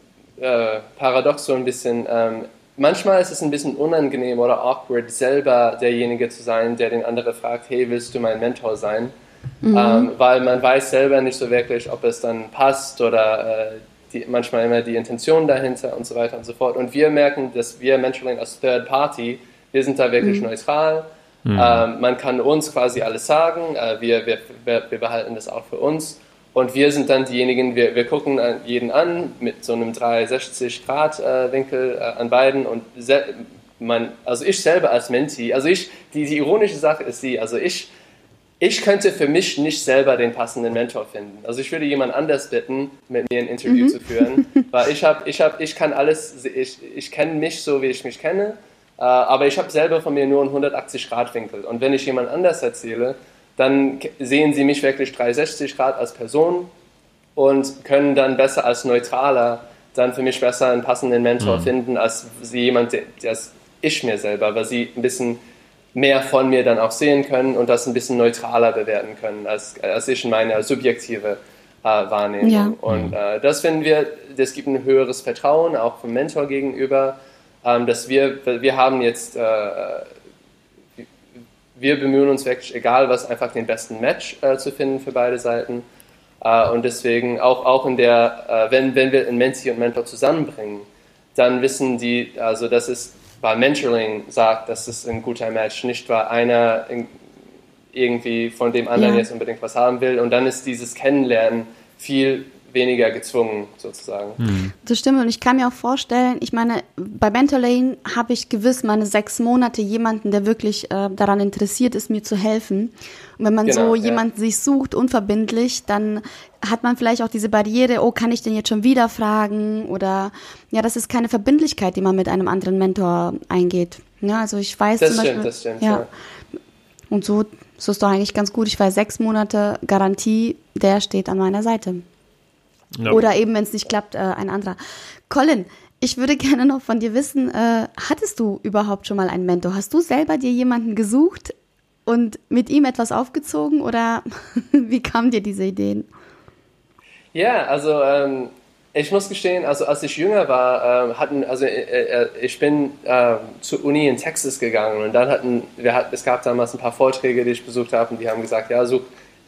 äh, Paradox so ein bisschen. Ähm, manchmal ist es ein bisschen unangenehm oder awkward, selber derjenige zu sein, der den anderen fragt, hey, willst du mein Mentor sein? Mhm. Ähm, weil man weiß selber nicht so wirklich, ob es dann passt oder äh, die, manchmal immer die Intention dahinter und so weiter und so fort. Und wir merken, dass wir Mentoring als Third Party, wir sind da wirklich mhm. neutral. Mhm. Ähm, man kann uns quasi alles sagen, äh, wir, wir, wir behalten das auch für uns und wir sind dann diejenigen, wir, wir gucken jeden an mit so einem dreihundertsechzig Grad äh, Winkel äh, an beiden und se- man, also ich selber als Mentee, also ich, die, die ironische Sache ist die, also ich, ich könnte für mich nicht selber den passenden Mentor finden, also ich würde jemand anders bitten, mit mir ein Interview mhm. zu führen, weil ich habe, ich habe, ich kann alles, ich, ich kenne mich so, wie ich mich kenne. Uh, aber ich habe selber von mir nur einen hundertachtzig Grad Winkel. Und wenn ich jemand anders erzähle, dann sehen sie mich wirklich dreihundertsechzig Grad als Person und können dann besser als Neutraler dann für mich besser einen passenden Mentor mhm. finden, als sie jemand, das ich mir selber, weil sie ein bisschen mehr von mir dann auch sehen können und das ein bisschen neutraler bewerten können, als, als ich in meiner subjektive uh, Wahrnehmung. Ja. Und uh, das finden wir, das gibt ein höheres Vertrauen auch vom Mentor gegenüber, Ähm, dass wir, wir haben jetzt, äh, wir bemühen uns wirklich, egal was, einfach den besten Match äh, zu finden für beide Seiten. Äh, und deswegen auch, auch in der, äh, wenn, wenn wir einen Mentee und Mentor zusammenbringen, dann wissen die, also das ist, weil Mentoring sagt, das ist ein guter Match, nicht weil einer in, irgendwie von dem anderen ja. jetzt unbedingt was haben will. Und dann ist dieses Kennenlernen viel weniger gezwungen, sozusagen. Hm. Das stimmt und ich kann mir auch vorstellen, ich meine, bei Mentor Lane habe ich gewiss meine sechs Monate jemanden, der wirklich äh, daran interessiert ist, mir zu helfen. Und wenn man genau, so ja. jemanden sich sucht, unverbindlich, dann hat man vielleicht auch diese Barriere, oh, kann ich den jetzt schon wieder fragen? Oder, ja, das ist keine Verbindlichkeit, die man mit einem anderen Mentor eingeht. Ja, also ich weiß das zum stimmt, Beispiel, das stimmt, ja. ja. Und so, so ist doch eigentlich ganz gut. Ich weiß, sechs Monate Garantie, der steht an meiner Seite. Ja. Oder eben, wenn es nicht klappt, äh, ein anderer. Colin, ich würde gerne noch von dir wissen, äh, hattest du überhaupt schon mal einen Mentor? Hast du selber dir jemanden gesucht und mit ihm etwas aufgezogen oder wie kamen dir diese Ideen? Ja, also ähm, ich muss gestehen, also als ich jünger war, äh, hatten, also äh, äh, ich bin äh, zur Uni in Texas gegangen und dann hatten wir hatten, es gab damals ein paar Vorträge, die ich besucht habe und die haben gesagt, ja, such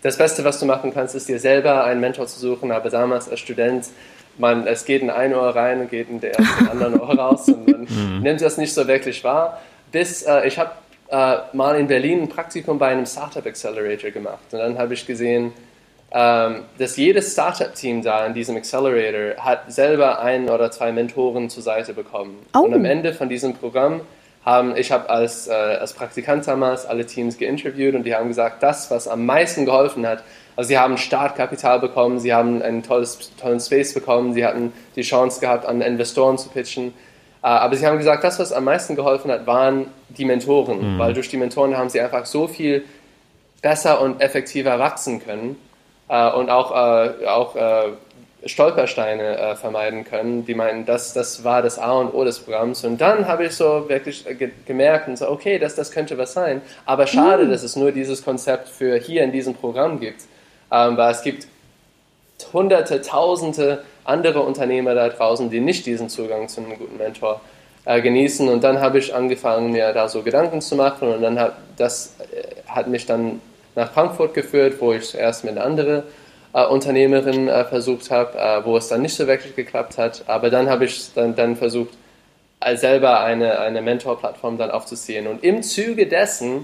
das Beste, was du machen kannst, ist dir selber einen Mentor zu suchen, aber damals als Student, man, es geht in ein Ohr rein und geht in der ersten anderen Ohr raus und man mhm. nimmt das nicht so wirklich wahr. Bis, äh, ich habe äh, mal in Berlin ein Praktikum bei einem Startup Accelerator gemacht und dann habe ich gesehen, ähm, dass jedes Startup-Team da in diesem Accelerator hat selber ein oder zwei Mentoren zur Seite bekommen. Oh. Und am Ende von diesem Programm haben, ich habe als, äh, als Praktikant damals alle Teams geinterviewt und die haben gesagt, das, was am meisten geholfen hat, also sie haben Startkapital bekommen, sie haben einen tolles, tollen Space bekommen, sie hatten die Chance gehabt, an Investoren zu pitchen, äh, aber sie haben gesagt, das, was am meisten geholfen hat, waren die Mentoren, mhm. weil durch die Mentoren haben sie einfach so viel besser und effektiver wachsen können äh, und auch, äh, auch äh, Stolpersteine äh, vermeiden können. Die meinen, das, das war das A und O des Programms. Und dann habe ich so wirklich ge- gemerkt und so, okay, das, das könnte was sein. Aber schade, mhm. dass es nur dieses Konzept für hier in diesem Programm gibt. Ähm, weil es gibt hunderte, tausende andere Unternehmer da draußen, die nicht diesen Zugang zu einem guten Mentor äh, genießen. Und dann habe ich angefangen, mir da so Gedanken zu machen. Und dann hat das äh, hat mich dann nach Frankfurt geführt, wo ich zuerst mit einer anderen Äh, Unternehmerin äh, versucht habe, äh, wo es dann nicht so wirklich geklappt hat. Aber dann habe ich dann, dann versucht, äh, selber eine, eine Mentor-Plattform dann aufzuziehen. Und im Zuge dessen,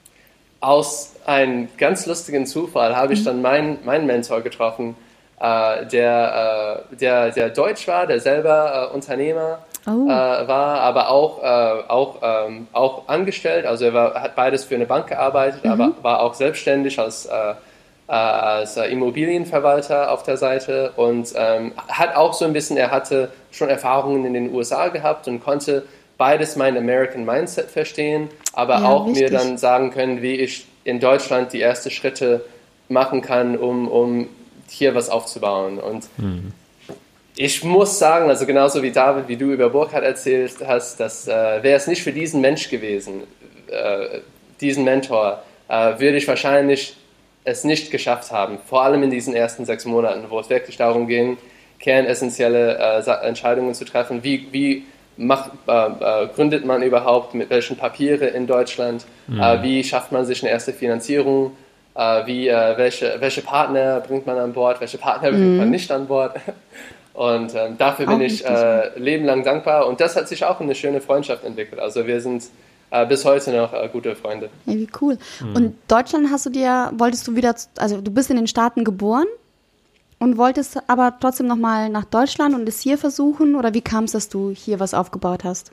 aus einem ganz lustigen Zufall, habe ich dann meinen, meinen Mentor getroffen, äh, der, äh, der, der Deutsch war, der selber äh, Unternehmer oh. äh, war, aber auch, äh, auch, ähm, auch angestellt. Also er war, hat beides für eine Bank gearbeitet, mhm. aber war auch selbstständig als äh, als Immobilienverwalter auf der Seite und ähm, hat auch so ein bisschen, er hatte schon Erfahrungen in den U S A gehabt und konnte beides mein American Mindset verstehen, aber ja, auch wichtig. Mir dann sagen können, wie ich in Deutschland die ersten Schritte machen kann, um, um hier was aufzubauen. Und mhm. ich muss sagen, also genauso wie David, wie du über Burkhard erzählt hast, dass äh, wäre es nicht für diesen Mensch gewesen, äh, diesen Mentor, äh, würde ich wahrscheinlich es nicht geschafft haben, vor allem in diesen ersten sechs Monaten, wo es wirklich darum ging, kernessentielle äh, Entscheidungen zu treffen. Wie, wie macht, äh, äh, gründet man überhaupt, mit welchen Papiere in Deutschland, mhm. äh, wie schafft man sich eine erste Finanzierung, äh, wie, äh, welche, welche Partner bringt man an Bord, welche Partner mhm. bringt man nicht an Bord. Und ähm, dafür bin auch ich äh, lebenlang dankbar und das hat sich auch in eine schöne Freundschaft entwickelt. Also wir sind Äh, bis heute noch äh, gute Freunde. Ja, wie cool. Mhm. Und Deutschland hast du dir, wolltest du wieder, also du bist in den Staaten geboren und wolltest aber trotzdem nochmal nach Deutschland und es hier versuchen oder wie kam es, dass du hier was aufgebaut hast?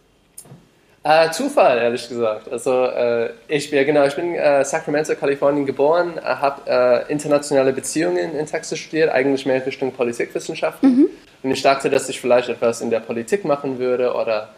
Äh, Zufall, ehrlich gesagt. Also äh, ich bin, genau, ich bin in äh, Sacramento, Kalifornien geboren, äh, habe äh, internationale Beziehungen in Texas studiert, eigentlich mehr Richtung Politikwissenschaften. Mhm. Und ich dachte, dass ich vielleicht etwas in der Politik machen würde oder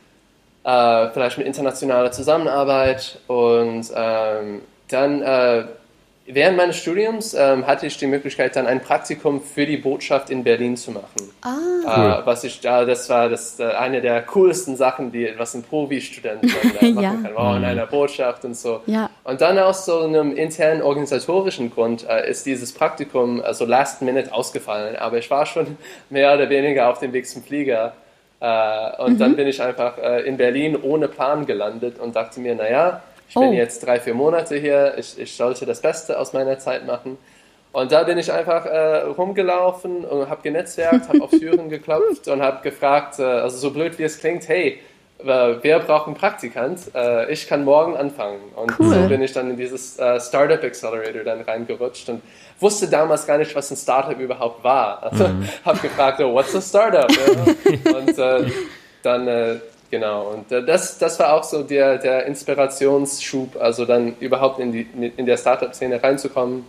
Uh, vielleicht mit internationaler Zusammenarbeit und ähm, dann äh, während meines Studiums ähm, hatte ich die Möglichkeit, dann ein Praktikum für die Botschaft in Berlin zu machen. Ah. Cool. Uh, was ich, uh, das war das, uh, eine der coolsten Sachen, die was ein Profi-Student äh, machen ja. kann. Wow, in einer Botschaft und so. Ja. Und dann aus so einem internen organisatorischen Grund uh, ist dieses Praktikum so also last minute ausgefallen, aber ich war schon mehr oder weniger auf dem Weg zum Flieger. Uh, und mhm. dann bin ich einfach uh, in Berlin ohne Plan gelandet und dachte mir, naja, ich bin oh. jetzt drei, vier Monate hier, ich, ich sollte das Beste aus meiner Zeit machen. Und da bin ich einfach uh, rumgelaufen und habe genetzwerkt, habe auf Türen geklopft und habe gefragt, uh, also so blöd wie es klingt, hey, uh, wer braucht einen Praktikant? Uh, ich kann morgen anfangen. Und cool. so bin ich dann in dieses uh, Startup Accelerator dann reingerutscht und wusste damals gar nicht, was ein Startup überhaupt war. Also mhm. habe gefragt, oh, what's a Startup? Ja? Und äh, dann, äh, genau, und äh, das, das war auch so der, der Inspirationsschub, also dann überhaupt in, die, in der Startup-Szene reinzukommen.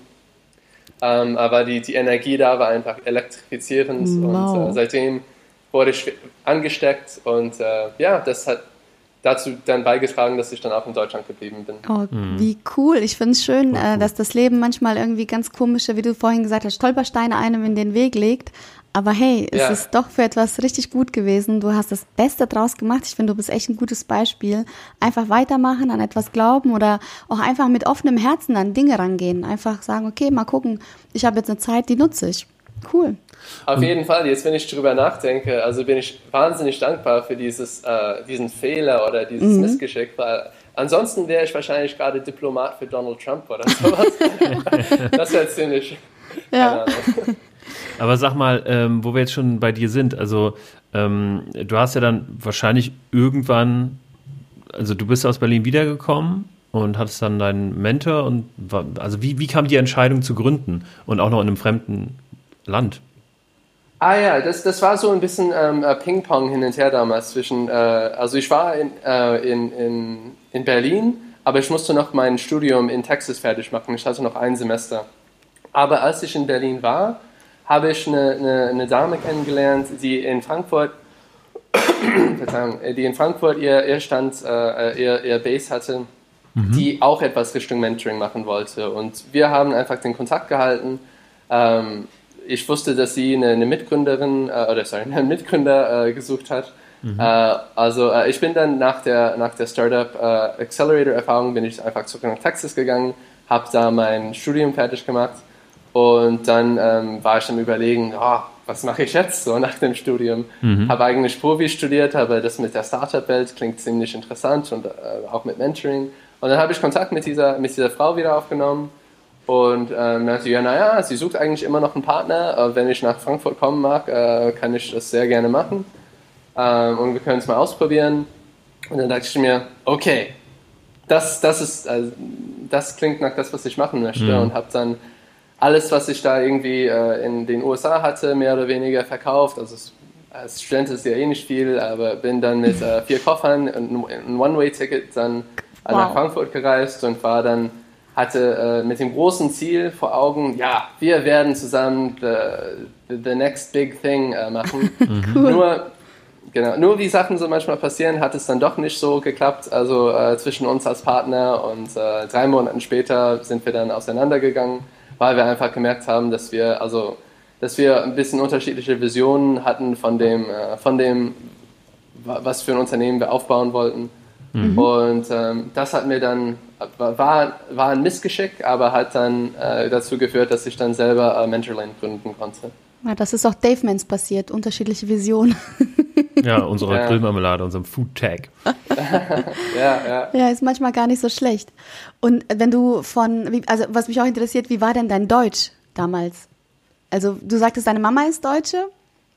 Ähm, aber die, die Energie da war einfach elektrifizierend wow. und äh, seitdem wurde ich angesteckt und äh, ja, das hat dazu dann beigetragen, dass ich dann auch in Deutschland geblieben bin. Oh, mhm. wie cool. Ich finde es schön, äh, dass das Leben manchmal irgendwie ganz komische, wie du vorhin gesagt hast, Stolpersteine einem in den Weg legt. Aber hey, es ja. ist doch für etwas richtig gut gewesen. Du hast das Beste draus gemacht. Ich finde, du bist echt ein gutes Beispiel. Einfach weitermachen, an etwas glauben oder auch einfach mit offenem Herzen an Dinge rangehen. Einfach sagen, okay, mal gucken, ich habe jetzt eine Zeit, die nutze ich. Cool. Auf jeden Fall, jetzt wenn ich drüber nachdenke, also bin ich wahnsinnig dankbar für dieses, äh, diesen Fehler oder dieses mhm. Missgeschick, weil Ansonsten wäre ich wahrscheinlich gerade Diplomat für Donald Trump oder sowas. Das wäre ziemlich... Ja. Aber sag mal, ähm, wo wir jetzt schon bei dir sind, also ähm, du hast ja dann wahrscheinlich irgendwann, also du bist aus Berlin wiedergekommen und hattest dann deinen Mentor und war, also wie, wie kam die Entscheidung zu gründen und auch noch in einem fremden Land? Ah ja, das, das war so ein bisschen ähm, Ping-Pong hin und her damals zwischen, äh, also ich war in, äh, in, in, in Berlin, aber ich musste noch mein Studium in Texas fertig machen, ich hatte noch ein Semester. Aber als ich in Berlin war, habe ich eine, eine, eine Dame kennengelernt, die in Frankfurt, Verzeihung, die in Frankfurt ihr, ihr Stand, äh, ihr, ihr Base hatte, mhm. die auch etwas Richtung Mentoring machen wollte. Und wir haben einfach den Kontakt gehalten. Ähm, ich wusste, dass sie eine, eine Mitgründerin, äh, oder sorry, einen Mitgründer äh, gesucht hat. Mhm. Äh, also äh, ich bin dann nach der, nach der Startup äh, Accelerator-Erfahrung bin ich einfach zurück nach Texas gegangen, habe da mein Studium fertig gemacht. Und dann ähm, war ich am Überlegen, oh, was mache ich jetzt so nach dem Studium? Mhm. Habe eigentlich Profi studiert, aber das mit der Startup-Welt klingt ziemlich interessant und äh, auch mit Mentoring. Und dann habe ich Kontakt mit dieser, mit dieser Frau wieder aufgenommen und ähm, meinte, ja, naja, sie sucht eigentlich immer noch einen Partner. Äh, wenn ich nach Frankfurt kommen mag, äh, kann ich das sehr gerne machen. Ähm, und wir können es mal ausprobieren. Und dann dachte ich mir, okay, das, das, ist, also, das klingt nach das, was ich machen möchte. Mhm. Und habe dann alles, was ich da irgendwie äh, in den U S A hatte, mehr oder weniger verkauft. Also es, als Student ist ja eh nicht viel, aber bin dann mit äh, vier Koffern und ein One-Way-Ticket dann wow. nach Frankfurt gereist und war dann, hatte äh, mit dem großen Ziel vor Augen, ja, wir werden zusammen the, the next big thing äh, machen. Cool. Nur, genau, nur wie Sachen so manchmal passieren, hat es dann doch nicht so geklappt. Also äh, zwischen uns als Partner und äh, drei Monate später sind wir dann auseinandergegangen, weil wir einfach gemerkt haben, dass wir, also, dass wir ein bisschen unterschiedliche Visionen hatten von dem, äh, von dem, was für ein Unternehmen wir aufbauen wollten. Mhm. Und ähm, das hat mir dann, war, war ein Missgeschick, aber hat dann äh, dazu geführt, dass ich dann selber äh, Mentorlane gründen konnte. Ja, das ist auch Dave Mans passiert, unterschiedliche Visionen. Ja, unsere ja. Grillmarmelade, unserem Food Tag. ja, ja. Ja, ist manchmal gar nicht so schlecht. Und wenn du von, also was mich auch interessiert, wie war denn dein Deutsch damals? Also du sagtest, deine Mama ist Deutsche?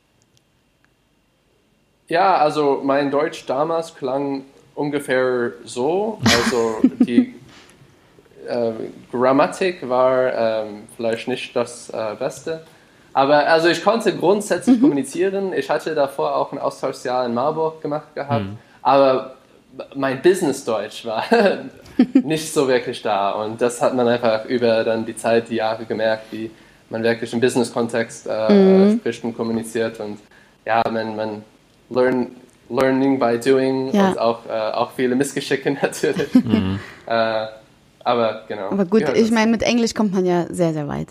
Ja, also mein Deutsch damals klang ungefähr so. Also die äh, Grammatik war ähm, vielleicht nicht das äh, Beste. Aber also ich konnte grundsätzlich mhm. kommunizieren. Ich hatte davor auch ein Austauschjahr in Marburg gemacht gehabt. Mhm. Aber mein Business-Deutsch war nicht so wirklich da. Und das hat man einfach über dann die Zeit, die Jahre gemerkt, wie man wirklich im Business-Kontext äh, mhm. spricht und kommuniziert. Und ja, man, man learn, learning by doing ja. und auch, äh, auch viele Missgeschicke natürlich. Mhm. Äh, aber genau. Aber gut, ich meine, mit Englisch kommt man ja sehr, sehr weit.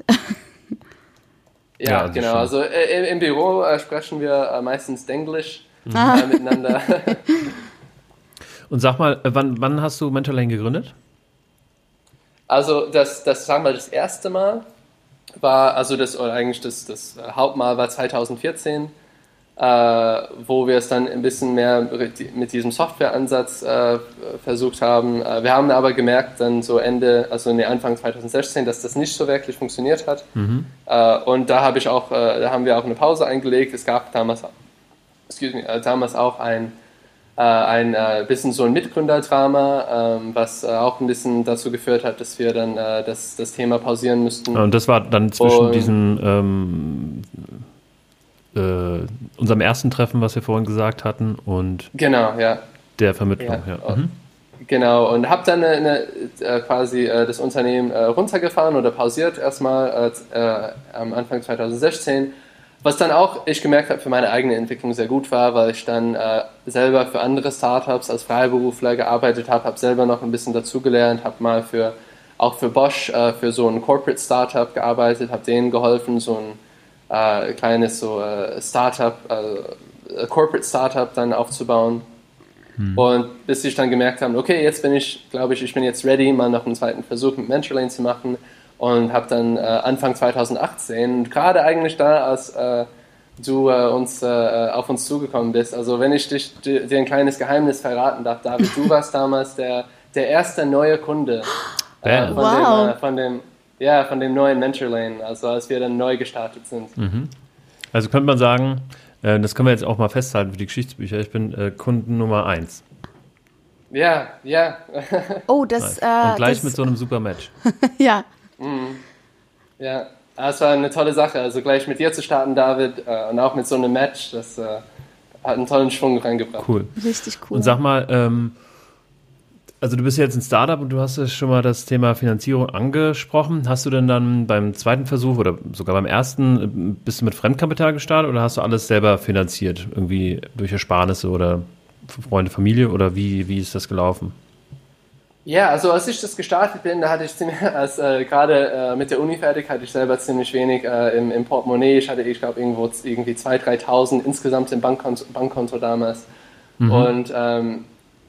Ja, ja genau. Schon. Also äh, im, im Büro äh, sprechen wir äh, meistens Denglisch äh, miteinander. Und sag mal, wann, wann hast du Mentorlane gegründet? Also das, das sagen wir das erste Mal war, also das oder eigentlich das, das Hauptmal war zwanzig vierzehn, äh, wo wir es dann ein bisschen mehr mit diesem Softwareansatz äh, versucht haben. Äh, wir haben aber gemerkt dann so Ende, also nee, Anfang zwanzig sechzehn, dass das nicht so wirklich funktioniert hat. Mhm. Äh, und da habe ich auch, äh, da haben wir auch eine Pause eingelegt. Es gab damals, excuse me, äh, damals auch ein ein äh, bisschen so ein Mitgründerdrama, ähm, was äh, auch ein bisschen dazu geführt hat, dass wir dann äh, das, das Thema pausieren müssten. Und das war dann zwischen Und, diesem ähm, äh, unserem ersten Treffen, was wir vorhin gesagt hatten, und genau, ja. der Vermittlung. Ja. Ja. Mhm. Genau, und habe dann eine, eine, äh, quasi äh, das Unternehmen äh, runtergefahren oder pausiert erstmal äh, äh, am Anfang zwanzig sechzehn. Was dann auch, ich gemerkt habe, für meine eigene Entwicklung sehr gut war, weil ich dann äh, selber für andere Startups als Freiberufler gearbeitet habe, habe selber noch ein bisschen dazugelernt, habe mal für auch für Bosch äh, für so ein Corporate Startup gearbeitet, habe denen geholfen, so ein äh, kleines so äh, Startup, äh, Corporate Startup dann aufzubauen. Hm. Und bis ich dann gemerkt habe, okay, jetzt bin ich, glaube ich, ich bin jetzt ready, mal noch einen zweiten Versuch mit Mentorlane zu machen. Und habe dann äh, Anfang zwanzig achtzehn, gerade eigentlich da, als äh, du äh, uns, äh, auf uns zugekommen bist, also wenn ich dich, dir ein kleines Geheimnis verraten darf, David, du warst damals der, der erste neue Kunde äh, von, wow. dem, äh, von dem ja, von dem neuen Mentorlane, also als wir dann neu gestartet sind. Mhm. Also könnte man sagen, äh, das können wir jetzt auch mal festhalten für die Geschichtsbücher, ich bin äh, Kunden Nummer eins. Ja, ja. Oh, das... Nice. Und Äh, gleich das, mit so einem super Match. ja. Mhm. Ja, das war eine tolle Sache. Also gleich mit dir zu starten, David, äh, und auch mit so einem Match, das äh, hat einen tollen Schwung reingebracht. Cool. Richtig cool. Und sag mal, ähm, also du bist jetzt ein Startup und du hast ja schon mal das Thema Finanzierung angesprochen. Hast du denn dann beim zweiten Versuch oder sogar beim ersten, bist du mit Fremdkapital gestartet oder hast du alles selber finanziert? Irgendwie durch Ersparnisse oder Freunde, Familie oder wie, wie ist das gelaufen? Ja, also als ich das gestartet bin, da hatte ich ziemlich, als äh, gerade äh, mit der Uni fertig, hatte ich selber ziemlich wenig äh, im, im Portemonnaie. Ich hatte, ich glaube, irgendwo irgendwie zweitausend, dreitausend insgesamt im Bankkonto, Bankkonto damals. Mhm. Und ähm,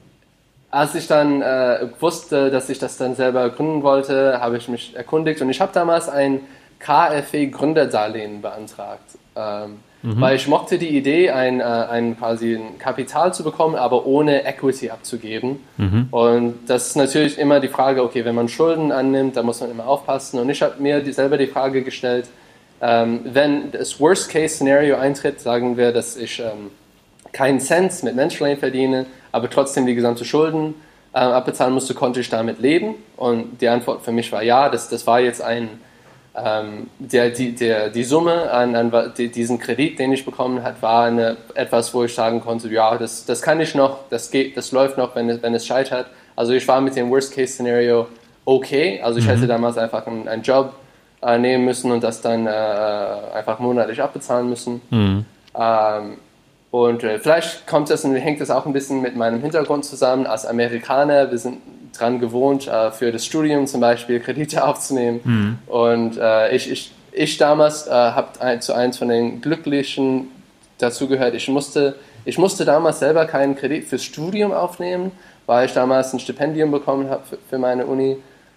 als ich dann äh, wusste, dass ich das dann selber gründen wollte, habe ich mich erkundigt und ich habe damals ein K f W-Gründerdarlehen beantragt. Ähm, mhm. Weil ich mochte die Idee, ein, äh, ein quasi ein Kapital zu bekommen, aber ohne Equity abzugeben. Mhm. Und das ist natürlich immer die Frage, okay, wenn man Schulden annimmt, da muss man immer aufpassen. Und ich habe mir die, selber die Frage gestellt, ähm, wenn das Worst-Case-Szenario eintritt, sagen wir, dass ich ähm, keinen Cent mit Mentorlane verdiene, aber trotzdem die gesamte Schulden äh, abbezahlen musste, konnte ich damit leben? Und die Antwort für mich war ja, das, das war jetzt ein, ähm, der, die, der, die Summe an, an die, diesen Kredit, den ich bekommen habe, war eine, etwas, wo ich sagen konnte, ja, das, das kann ich noch, das geht, das läuft noch, wenn es, wenn es scheitert. Also ich war mit dem Worst-Case-Szenario okay, also ich mhm. hätte damals einfach einen, einen Job äh, nehmen müssen und das dann äh, einfach monatlich abbezahlen müssen. Mhm. Ähm, Und äh, vielleicht kommt das und hängt das auch ein bisschen mit meinem Hintergrund zusammen. Als Amerikaner, wir sind dran gewohnt, äh, für das Studium zum Beispiel Kredite aufzunehmen. Mhm. Und äh, ich, ich, ich damals äh, habe ein, zu eins von den Glücklichen dazugehört. Ich musste, ich musste damals selber keinen Kredit fürs Studium aufnehmen, weil ich damals ein Stipendium bekommen habe für, für meine Uni.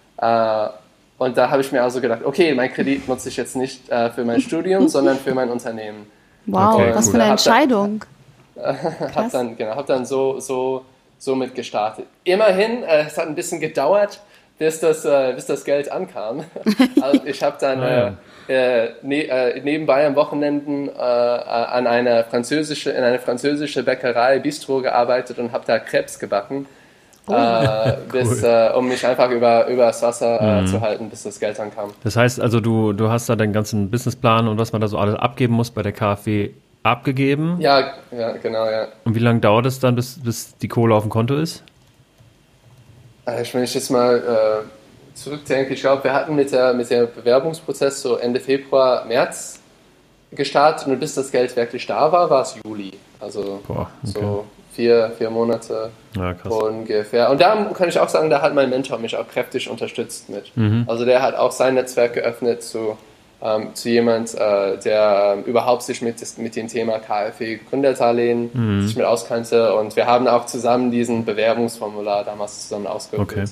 Äh, und da habe ich mir also gedacht, okay, mein Kredit nutze ich jetzt nicht äh, für mein Studium, sondern für mein Unternehmen. Wow, okay, was cool. für eine Entscheidung. Hab dann, genau, hab dann so, so, so mit gestartet. Immerhin, äh, es hat ein bisschen gedauert, bis das, äh, bis das Geld ankam. Also ich habe dann äh, äh, ne, äh, nebenbei am Wochenenden äh, an einer französische, in einer französische Bäckerei, Bistro gearbeitet und habe da Crepes gebacken. Oh. Äh, bis, cool. äh, um mich einfach über, über das Wasser äh, mhm. zu halten, bis das Geld ankam. Das heißt also, du, du hast da deinen ganzen Businessplan und was man da so alles abgeben muss bei der K f W abgegeben? Ja, ja, genau, ja. Und wie lange dauert es dann, bis, bis die Kohle auf dem Konto ist? Ich, wenn ich jetzt mal äh, zurückdenke, ich glaube, wir hatten mit der, mit der Bewerbungsprozess so Ende Februar, März gestartet und bis das Geld wirklich da war, war es Juli. Also Boah, okay. so vier, vier Monate ja, krass. ungefähr. Und da kann ich auch sagen, da hat mein Mentor mich auch kräftig unterstützt mit. Mhm. Also der hat auch sein Netzwerk geöffnet zu, ähm, zu jemand, äh, der ähm, überhaupt sich mit, mit dem Thema K f W-Gründerdarlehen mhm. sich mit auskannte. Und wir haben auch zusammen diesen Bewerbungsformular damals zusammen ausgefüllt. Okay.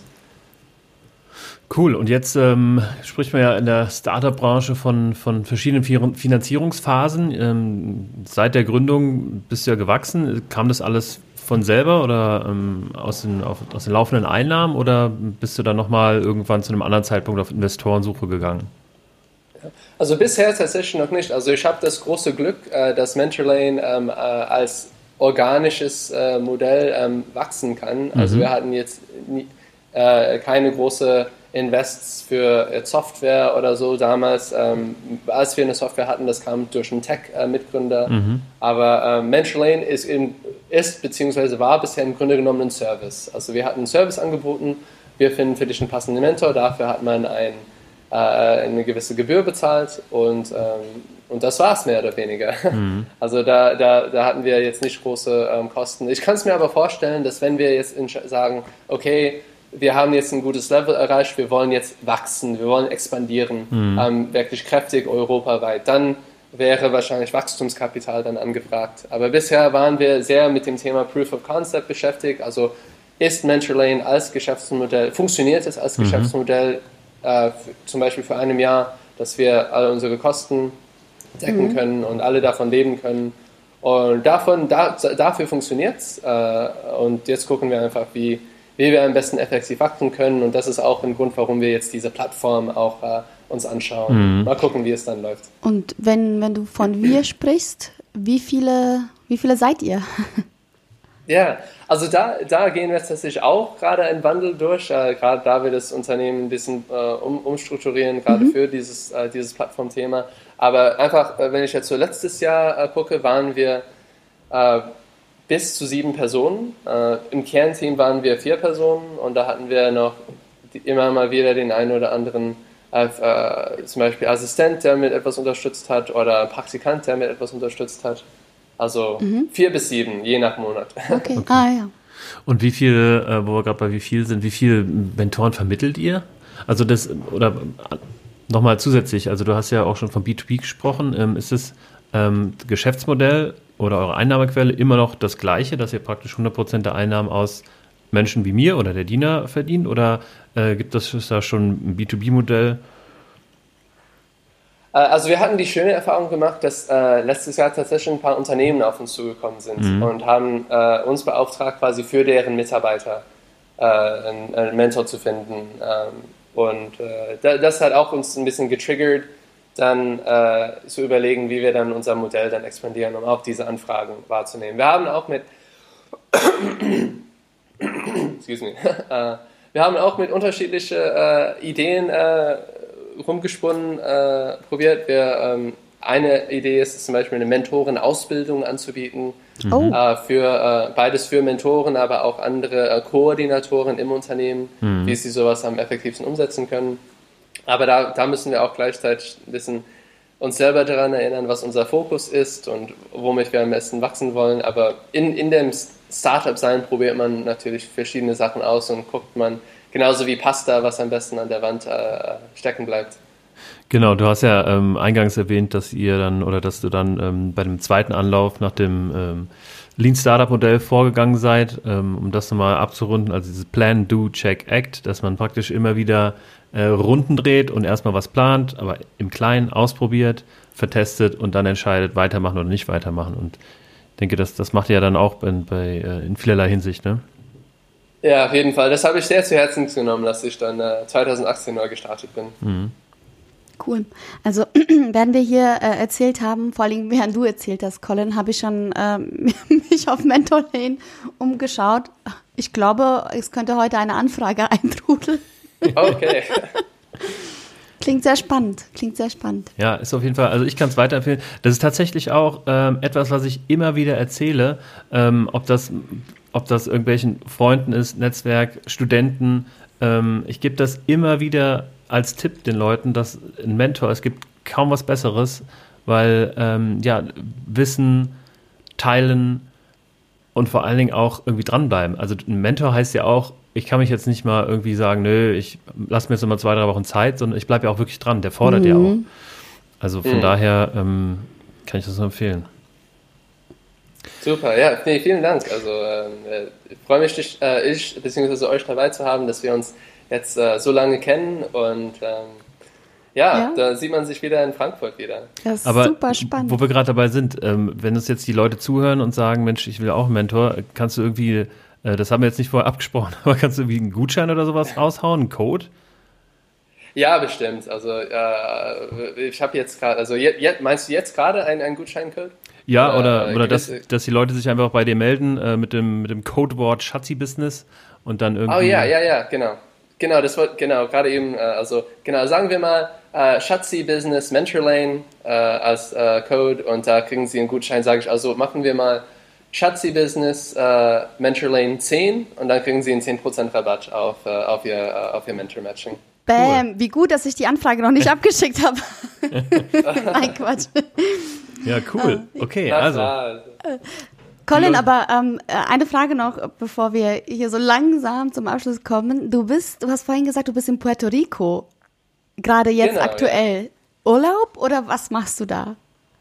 Cool, und jetzt ähm, spricht man ja in der Startup-Branche von, von verschiedenen Finanzierungsphasen. Ähm, seit der Gründung bist du ja gewachsen. Kam das alles von selber oder ähm, aus, den, auf, aus den laufenden Einnahmen oder bist du dann nochmal irgendwann zu einem anderen Zeitpunkt auf Investorensuche gegangen? Also bisher tatsächlich noch nicht. Also ich habe das große Glück, äh, dass Mentorlane ähm, äh, als organisches äh, Modell ähm, wachsen kann. Also mhm. wir hatten jetzt nie, äh, keine große Invests für Software oder so damals, ähm, als wir eine Software hatten, das kam durch einen Tech-Mitgründer, mhm. aber äh, Mentorlane ist, in, ist beziehungsweise war bisher im Grunde genommen ein Service. Also wir hatten einen Service angeboten, wir finden für dich einen passenden Mentor, dafür hat man ein, äh, eine gewisse Gebühr bezahlt und, ähm, und das war es mehr oder weniger. Mhm. Also da, da, da hatten wir jetzt nicht große ähm, Kosten. Ich kann es mir aber vorstellen, dass wenn wir jetzt sagen, okay, wir haben jetzt ein gutes Level erreicht, wir wollen jetzt wachsen, wir wollen expandieren, mhm. ähm, wirklich kräftig europaweit. Dann wäre wahrscheinlich Wachstumskapital dann angefragt. Aber bisher waren wir sehr mit dem Thema Proof of Concept beschäftigt. Also ist Mentorlane als Geschäftsmodell, funktioniert es als mhm. Geschäftsmodell äh, für, zum Beispiel für einem Jahr, dass wir alle unsere Kosten decken mhm. können und alle davon leben können. Und davon, da, dafür funktioniert es. Äh, und jetzt gucken wir einfach, wie wie wir am besten effektiv wachsen können. Und das ist auch ein Grund, warum wir jetzt diese Plattform auch äh, uns anschauen. Mhm. Mal gucken, wie es dann läuft. Und wenn, wenn du von wir sprichst, wie viele, wie viele seid ihr? Ja, also da, da gehen wir tatsächlich auch gerade einen Wandel durch, äh, gerade da wir das Unternehmen ein bisschen äh, um, umstrukturieren, gerade mhm. für dieses, äh, dieses Plattformthema. Aber einfach, äh, wenn ich jetzt so letztes Jahr äh, gucke, waren wir äh, bis zu sieben Personen. Äh, Im Kernteam waren wir vier Personen und da hatten wir noch die, immer mal wieder den einen oder anderen, äh, äh, zum Beispiel Assistent, der mit etwas unterstützt hat oder Praktikant, der mit etwas unterstützt hat. Also mhm. vier bis sieben, je nach Monat. Okay, okay. Ah ja. Und wie viele, äh, wo wir gerade bei wie viel sind, wie viele Mentoren vermittelt ihr? Also das, oder nochmal zusätzlich, also du hast ja auch schon von B zwei B gesprochen, ähm, ist das ähm, Geschäftsmodell oder eure Einnahmequelle immer noch das gleiche, dass ihr praktisch hundert Prozent der Einnahmen aus Menschen wie mir oder der Diener verdient, oder äh, gibt es da schon ein B zwei B-Modell? Also wir hatten die schöne Erfahrung gemacht, dass äh, letztes Jahr tatsächlich ein paar Unternehmen auf uns zugekommen sind mhm. und haben äh, uns beauftragt, quasi für deren Mitarbeiter äh, einen, einen Mentor zu finden. Ähm, und äh, das hat auch uns ein bisschen getriggert, dann äh, zu überlegen, wie wir dann unser Modell dann expandieren, um auch diese Anfragen wahrzunehmen. Wir haben auch mit Excuse me. äh, wir haben auch mit unterschiedlichen äh, Ideen äh, rumgesponnen, äh, probiert. Wir, ähm, eine Idee ist zum Beispiel eine Mentorenausbildung anzubieten, mhm. äh, für, äh, beides für Mentoren, aber auch andere äh, Koordinatoren im Unternehmen, mhm. wie sie sowas am effektivsten umsetzen können. Aber da, da müssen wir auch gleichzeitig ein bisschen uns selber daran erinnern, was unser Fokus ist und womit wir am besten wachsen wollen. Aber in, in dem Startup-Sein probiert man natürlich verschiedene Sachen aus und guckt man, genauso wie Pasta, was am besten an der Wand äh, stecken bleibt. Genau, du hast ja ähm, eingangs erwähnt, dass ihr dann oder dass du dann ähm, bei dem zweiten Anlauf nach dem ähm, Lean Startup Modell vorgegangen seid, ähm, um das nochmal abzurunden, also dieses Plan, Do, Check, Act, dass man praktisch immer wieder äh, Runden dreht und erstmal was plant, aber im Kleinen ausprobiert, vertestet und dann entscheidet, weitermachen oder nicht weitermachen. Und ich denke, das, das macht ihr ja dann auch bei, bei, in vielerlei Hinsicht, ne? Ja, auf jeden Fall. Das habe ich sehr zu Herzen genommen, dass ich dann äh, zwanzig achtzehn neu gestartet bin. Mhm. Cool. Also während wir hier äh, erzählt haben, vor allem während du erzählt hast, Colin, habe ich schon äh, mich auf Mentor Lane umgeschaut. Ich glaube, es könnte heute eine Anfrage eintrudeln. Okay. Klingt sehr spannend, klingt sehr spannend. Ja, ist auf jeden Fall, also ich kann es weiterempfehlen. Das ist tatsächlich auch ähm, etwas, was ich immer wieder erzähle, ähm, ob das, ob das irgendwelchen Freunden ist, Netzwerk, Studenten. Ähm, ich gebe das immer wieder als Tipp den Leuten, dass ein Mentor, es gibt kaum was Besseres, weil ähm, ja, Wissen teilen und vor allen Dingen auch irgendwie dranbleiben. Also ein Mentor heißt ja auch, ich kann mich jetzt nicht mal irgendwie sagen, nö, ich lasse mir jetzt nochmal zwei, drei Wochen Zeit, sondern ich bleibe ja auch wirklich dran, der fordert mhm. ja auch. Also von mhm. daher ähm, kann ich das nur empfehlen. Super, ja, nee, vielen Dank. Also äh, ich freue mich, dich, äh, ich bzw. euch dabei zu haben, dass wir uns jetzt äh, so lange kennen und ähm, ja, ja, da sieht man sich wieder in Frankfurt wieder. Das ist Aber super spannend. Wo wir gerade dabei sind, ähm, wenn uns jetzt die Leute zuhören und sagen, Mensch, ich will auch einen Mentor, kannst du irgendwie, äh, das haben wir jetzt nicht vorher abgesprochen, aber kannst du irgendwie einen Gutschein oder sowas raushauen, einen Code? Ja, bestimmt. Also äh, ich habe jetzt gerade, also je, je, meinst du jetzt gerade einen, einen Gutscheincode? Ja, oder, oder, oder dass, dass die Leute sich einfach bei dir melden äh, mit dem, mit dem Codewort Schatzi-Business und dann irgendwie... Oh ja, ja, ja, genau. Genau, das war, genau, gerade eben, äh, also, genau, sagen wir mal, äh, Schatzi-Business Mentor Lane äh, als äh, Code und da kriegen Sie einen Gutschein, sage ich, also machen wir mal Schatzi-Business äh, Mentor Lane zehn und dann kriegen Sie einen zehn Prozent Rabatt auf, äh, auf Ihr, äh, auf Ihr Mentor-Matching. Bäm, cool. Wie gut, dass ich die Anfrage noch nicht abgeschickt habe. Nein, Quatsch. Ja, cool. Okay, also. Colin, aber ähm, eine Frage noch, bevor wir hier so langsam zum Abschluss kommen. Du bist, du hast vorhin gesagt, du bist in Puerto Rico, gerade jetzt genau, aktuell. Ja. Urlaub oder was machst du da?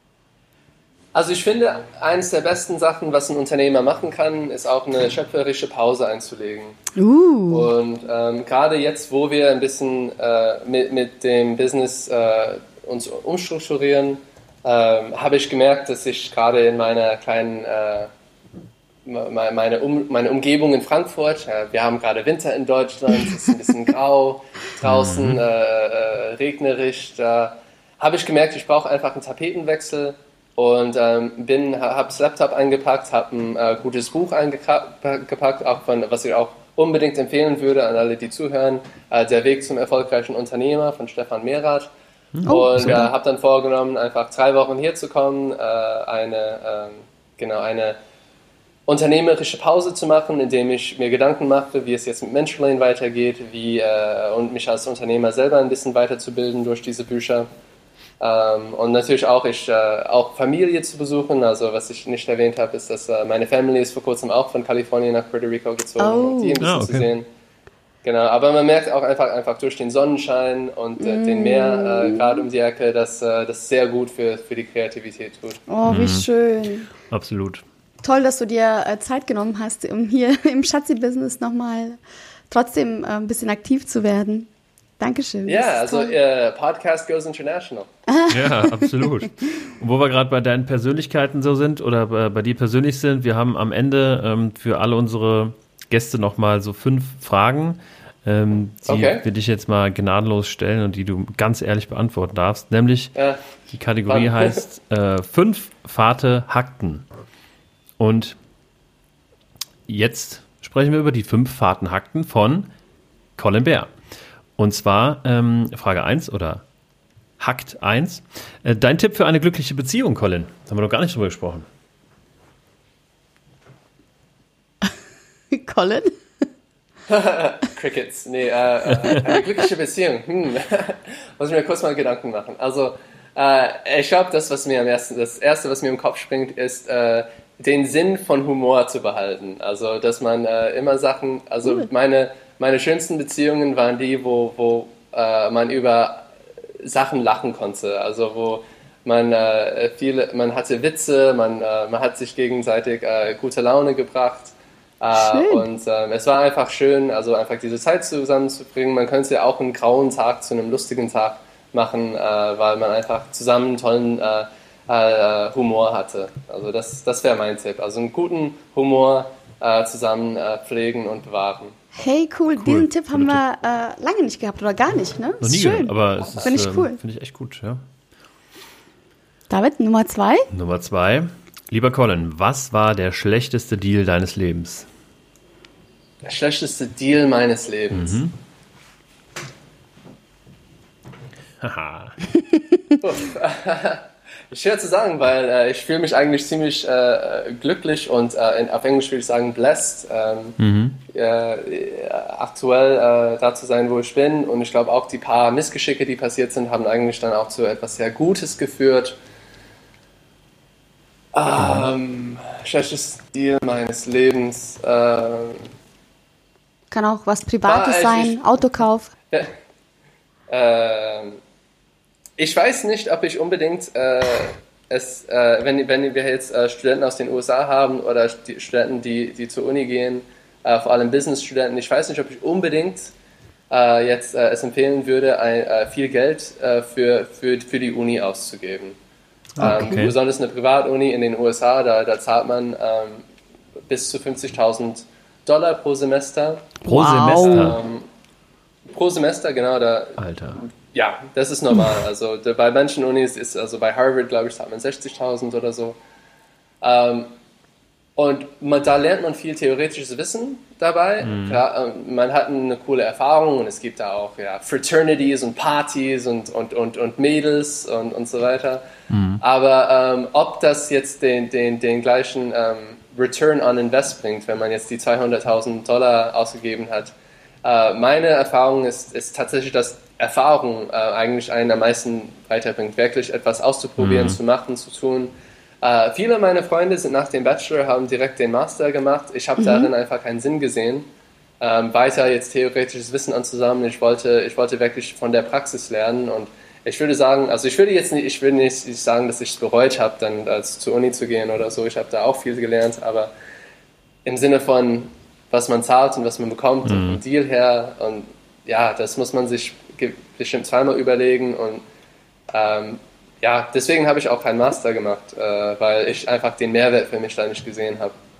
Also ich finde, eines der besten Sachen, was ein Unternehmer machen kann, ist auch eine schöpferische Pause einzulegen. Uh. Und ähm, gerade jetzt, wo wir ein bisschen äh, mit, mit dem Business äh, uns umstrukturieren, ähm, habe ich gemerkt, dass ich gerade in meiner kleinen, äh, meine, um, meine Umgebung in Frankfurt. Ja, wir haben gerade Winter in Deutschland, es ist ein bisschen grau draußen, äh, äh, regnerisch. Da habe ich gemerkt, ich brauche einfach einen Tapetenwechsel und ähm, bin, habe das Laptop eingepackt, habe ein äh, gutes Buch eingepackt, auch von, was ich auch unbedingt empfehlen würde an alle, die zuhören, äh, Der Weg zum erfolgreichen Unternehmer von Stefan Mehrath. Oh, und äh, habe dann vorgenommen, einfach drei Wochen hier zu kommen, äh, eine, ähm, genau, eine unternehmerische Pause zu machen, indem ich mir Gedanken machte, wie es jetzt mit Menschlane weitergeht, wie, äh, und mich als Unternehmer selber ein bisschen weiterzubilden durch diese Bücher. Ähm, und natürlich auch, ich, äh, auch Familie zu besuchen. Also was ich nicht erwähnt habe, ist, dass äh, meine Familie ist vor kurzem auch von Kalifornien nach Puerto Rico gezogen, oh. um die ein bisschen ah, okay. zu sehen. Genau, aber man merkt auch einfach, einfach durch den Sonnenschein und äh, mm. den Meer äh, gerade um die Ecke, dass äh, das sehr gut für, für die Kreativität tut. Oh, wie mm. schön. Absolut. Toll, dass du dir äh, Zeit genommen hast, um hier im Schatzi-Business nochmal trotzdem äh, ein bisschen aktiv zu werden. Dankeschön. Ja, also äh, Podcast goes international. Ja, absolut. Und wo wir gerade bei deinen Persönlichkeiten so sind oder bei, bei dir persönlich sind, wir haben am Ende ähm, für alle unsere Gäste nochmal so fünf Fragen, ähm, die okay. wir dich jetzt mal gnadenlos stellen und die du ganz ehrlich beantworten darfst. Nämlich, ja. die Kategorie Fun. heißt äh, fünf Fate Hakten. Und jetzt sprechen wir über die fünf Fahrtenhakten von Colin Bär. Und zwar ähm, Frage eins oder Hakt eins. Äh, dein Tipp für eine glückliche Beziehung, Colin? Da haben wir noch gar nicht drüber gesprochen. Colin? Crickets. Nee, äh, eine glückliche Beziehung. Hm. Muss ich mir kurz mal Gedanken machen. Also, äh, ich glaube, das, was mir am ersten, das Erste, was mir im Kopf springt, ist, äh, den Sinn von Humor zu behalten. Also, dass man äh, immer Sachen, also cool. meine, meine schönsten Beziehungen waren die, wo, wo äh, man über Sachen lachen konnte. Also, wo man äh, viele, man hatte Witze, man, äh, man hat sich gegenseitig äh, gute Laune gebracht. Äh, und äh, es war einfach schön, also einfach diese Zeit zusammenzubringen. Man könnte ja auch einen grauen Tag zu einem lustigen Tag machen, äh, weil man einfach zusammen einen tollen äh, äh, Humor hatte. Also das, das wäre mein Tipp. Also einen guten Humor äh, zusammen äh, pflegen und bewahren. Hey, cool. cool. Diesen Tipp haben wir äh, lange nicht gehabt oder gar nicht, ne? Noch nie schön. Gehört, aber es ist, Finde ich cool. Äh, Finde ich echt gut, ja. David, Nummer zwei? Nummer zwei. Lieber Colin, was war der schlechteste Deal deines Lebens? Der schlechteste Deal meines Lebens. Mhm. Haha. Schwer zu sagen, weil äh, ich fühle mich eigentlich ziemlich äh, glücklich und äh, in, auf Englisch würde ich sagen blessed, ähm, mhm. äh, aktuell äh, da zu sein, wo ich bin. Und ich glaube auch die paar Missgeschicke, die passiert sind, haben eigentlich dann auch zu etwas sehr Gutes geführt. Ähm, schlechtestes Deal meines Lebens. Äh, Kann auch was Privates sein, ich, Autokauf. Ja, äh, ich weiß nicht, ob ich unbedingt äh, es, äh, wenn, wenn wir jetzt äh, Studenten aus den U S A haben oder die Studenten, die, die zur Uni gehen, äh, vor allem Business-Studenten, ich weiß nicht, ob ich unbedingt äh, jetzt äh, es empfehlen würde, ein, äh, viel Geld äh, für, für, für die Uni auszugeben. Okay. Ähm, besonders eine Privatuni in den U S A, da, da zahlt man ähm, bis zu fünfzigtausend Dollar pro Semester. Pro wow. Semester? Ähm, pro Semester, genau. Da, Alter. Ja, das ist normal. Also da, bei manchen Unis ist, also bei Harvard, glaube ich, zahlt man sechzigtausend oder so. Ähm, und man, da lernt man viel theoretisches Wissen dabei. Mhm. Klar, man hat eine coole Erfahrung und es gibt da auch ja, Fraternities und Partys und, und, und, und Mädels und, und so weiter. Mhm. Aber ähm, ob das jetzt den, den, den gleichen ähm, Return on Invest bringt, wenn man jetzt die zweihunderttausend Dollar ausgegeben hat, äh, meine Erfahrung ist, ist tatsächlich, dass Erfahrung äh, eigentlich einen am meisten weiterbringt, wirklich etwas auszuprobieren, mhm. zu machen, zu tun. Uh, viele meiner Freunde sind nach dem Bachelor, haben direkt den Master gemacht. Ich habe mhm. darin einfach keinen Sinn gesehen, ähm, weiter jetzt theoretisches Wissen anzusammeln. Ich wollte, ich wollte wirklich von der Praxis lernen und ich würde sagen, also ich würde jetzt nicht, ich würde nicht sagen, dass ich es bereut habe, dann als zur Uni zu gehen oder so. Ich habe da auch viel gelernt, aber im Sinne von, was man zahlt und was man bekommt mhm. und vom Deal her und ja, das muss man sich bestimmt zweimal überlegen und ähm, ja, deswegen habe ich auch keinen Master gemacht, äh, weil ich einfach den Mehrwert für mich da nicht gesehen habe.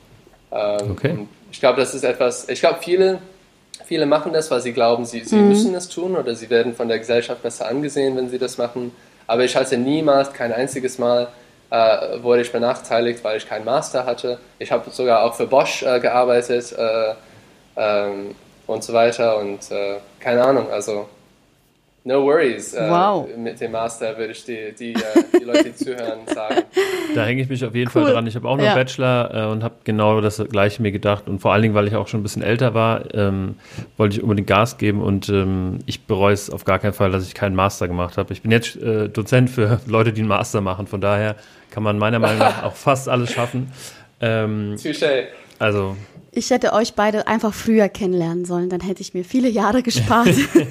Ähm, Okay. und ich glaube, das ist etwas, ich glaube, viele, viele machen das, weil sie glauben, sie, sie müssen es tun oder sie werden von der Gesellschaft besser angesehen, wenn sie das machen. Aber ich hatte niemals, kein einziges Mal, äh, wurde ich benachteiligt, weil ich keinen Master hatte. Ich habe sogar auch für Bosch äh, gearbeitet äh, ähm, und so weiter und äh, keine Ahnung, also no worries. Äh, Wow. Mit dem Master würde ich die, die, äh, die Leute, die zuhören, sagen. Da hänge ich mich auf jeden Cool. Fall dran. Ich habe auch nur Ja. Bachelor äh, und habe genau das Gleiche mir gedacht. Und vor allen Dingen, weil ich auch schon ein bisschen älter war, ähm, wollte ich unbedingt Gas geben. Und ähm, ich bereue es auf gar keinen Fall, dass ich keinen Master gemacht habe. Ich bin jetzt äh, Dozent für Leute, die einen Master machen. Von daher kann man meiner Meinung nach auch fast alles schaffen. Ähm, Touché. also Ich hätte euch beide einfach früher kennenlernen sollen, dann hätte ich mir viele Jahre gespart.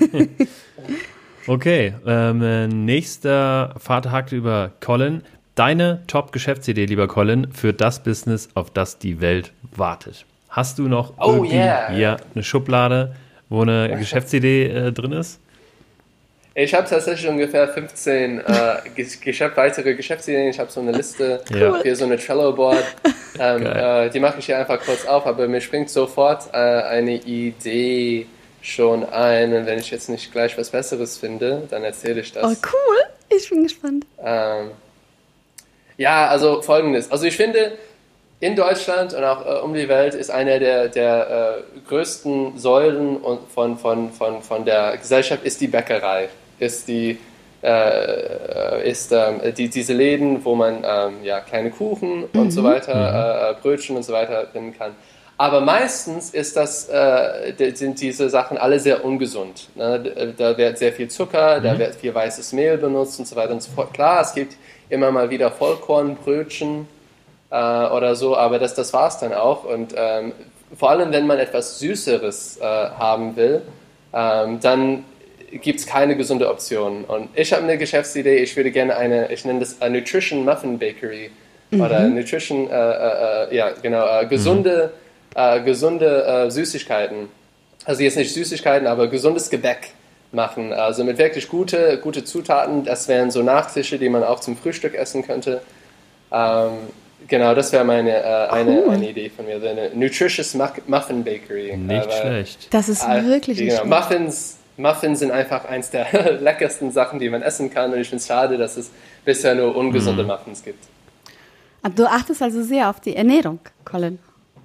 okay, ähm, äh, nächster Vater hakte über Colin. Deine Top-Geschäftsidee, lieber Colin, für das Business, auf das die Welt wartet. Hast du noch Oh, irgendwie yeah. hier eine Schublade, wo eine Geschäftsidee äh, drin ist? Ich habe tatsächlich ungefähr fünfzehn äh, Geschäft, weitere Geschäftsideen. Ich habe so eine Liste Ja. für so eine Trello-Board. Ähm, äh, die mache ich hier einfach kurz auf, aber mir springt sofort äh, eine Idee schon ein. Und wenn ich jetzt nicht gleich was Besseres finde, dann erzähle ich das. Oh, cool. Ich bin gespannt. Ähm, ja, also folgendes. Also ich finde, in Deutschland und auch äh, um die Welt ist einer der, der äh, größten Säulen und von, von, von, von der Gesellschaft ist die Bäckerei. Ist die, äh, ist ähm, die, diese Läden, wo man ähm, ja, kleine Kuchen und Mhm. so weiter, äh, Brötchen und so weiter finden kann. Aber meistens ist das, äh, sind diese Sachen alle sehr ungesund. Ne? Da wird sehr viel Zucker, da wird viel weißes Mehl benutzt und so weiter und so fort. Klar, es gibt immer mal wieder Vollkornbrötchen äh, oder so, aber das, das war es dann auch. Und ähm, vor allem, wenn man etwas Süßeres äh, haben will, ähm, dann gibt es keine gesunde Option. Und ich habe eine Geschäftsidee, ich würde gerne eine, ich nenne das eine Nutrition Muffin Bakery oder Nutrition, äh, äh, ja genau, äh, gesunde, äh, gesunde äh, Süßigkeiten. Also jetzt nicht Süßigkeiten, aber gesundes Gebäck machen. Also mit wirklich gute, gute Zutaten. Das wären so Nachtische, die man auch zum Frühstück essen könnte. Ähm, genau, das wäre meine äh, eine, Cool. eine Idee von mir. So eine Nutritious Muff- Muffin Bakery. Nicht Äh, weil- schlecht. Das ist Ah, wirklich nicht genau. schlecht. Muffins, Muffins sind einfach eins der leckersten Sachen, die man essen kann. Und ich finde es schade, dass es bisher nur ungesunde Muffins gibt. Aber du achtest also sehr auf die Ernährung, Colin.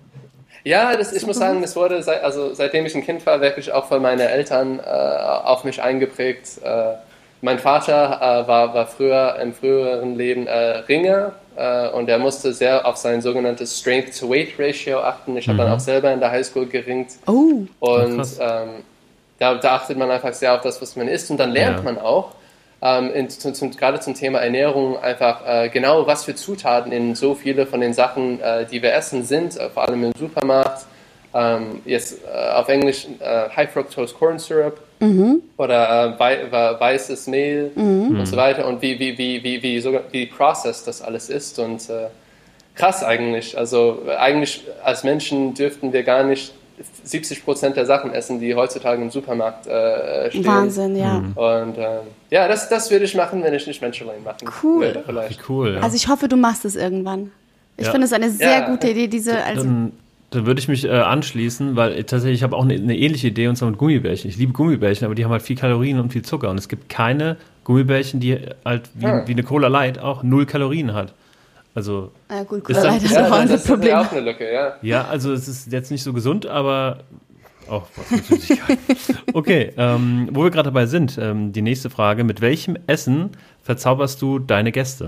Ja, das, ich muss sagen, das wurde, seit, also seitdem ich ein Kind war, wirklich auch von meinen Eltern äh, auf mich eingeprägt. Äh, mein Vater äh, war, war früher im früheren Leben äh, Ringer äh, und er musste sehr auf sein sogenanntes Strength-to-Weight-Ratio achten. Ich habe dann auch selber in der Highschool geringt. Oh, Und krass. ähm, da, da achtet man einfach sehr auf das, was man isst. Und dann lernt Ja. man auch, ähm, in, zum, zum, gerade zum Thema Ernährung, einfach äh, genau, was für Zutaten in so viele von den Sachen, äh, die wir essen, sind, äh, vor allem im Supermarkt. Ähm, jetzt äh, auf Englisch äh, High Fructose Corn Syrup oder äh, wei wei- weißes Mehl und so weiter. Und wie, wie, wie, wie, wie, sogar, wie processed das alles ist. Und äh, krass eigentlich. Also äh, eigentlich als Menschen dürften wir gar nicht siebzig Prozent der Sachen essen, die heutzutage im Supermarkt äh, stehen. Wahnsinn, ja. Und ähm, ja, das, das würde ich machen, wenn ich nicht Menschlein machen Cool. würde. Wie Vielleicht. cool. Ja. Also ich hoffe, du machst es irgendwann. Ich Ja. finde es eine sehr Ja. gute Idee, diese, also, Dann, dann würde ich mich äh, anschließen, weil tatsächlich ich habe auch eine, eine ähnliche Idee und zwar mit Gummibärchen. Ich liebe Gummibärchen, aber die haben halt viel Kalorien und viel Zucker und es gibt keine Gummibärchen, die halt wie, Ah. wie eine Cola Light auch null Kalorien hat. Also äh, gut, Ist dann- leider ist Ja, auch das, ein das ist Problem. ja auch eine Lücke, ja. ja, also es ist jetzt nicht so gesund, aber auch was mit Süßigkeiten. Okay, ähm, wo wir gerade dabei sind, ähm, die nächste Frage: Mit welchem Essen verzauberst du deine Gäste?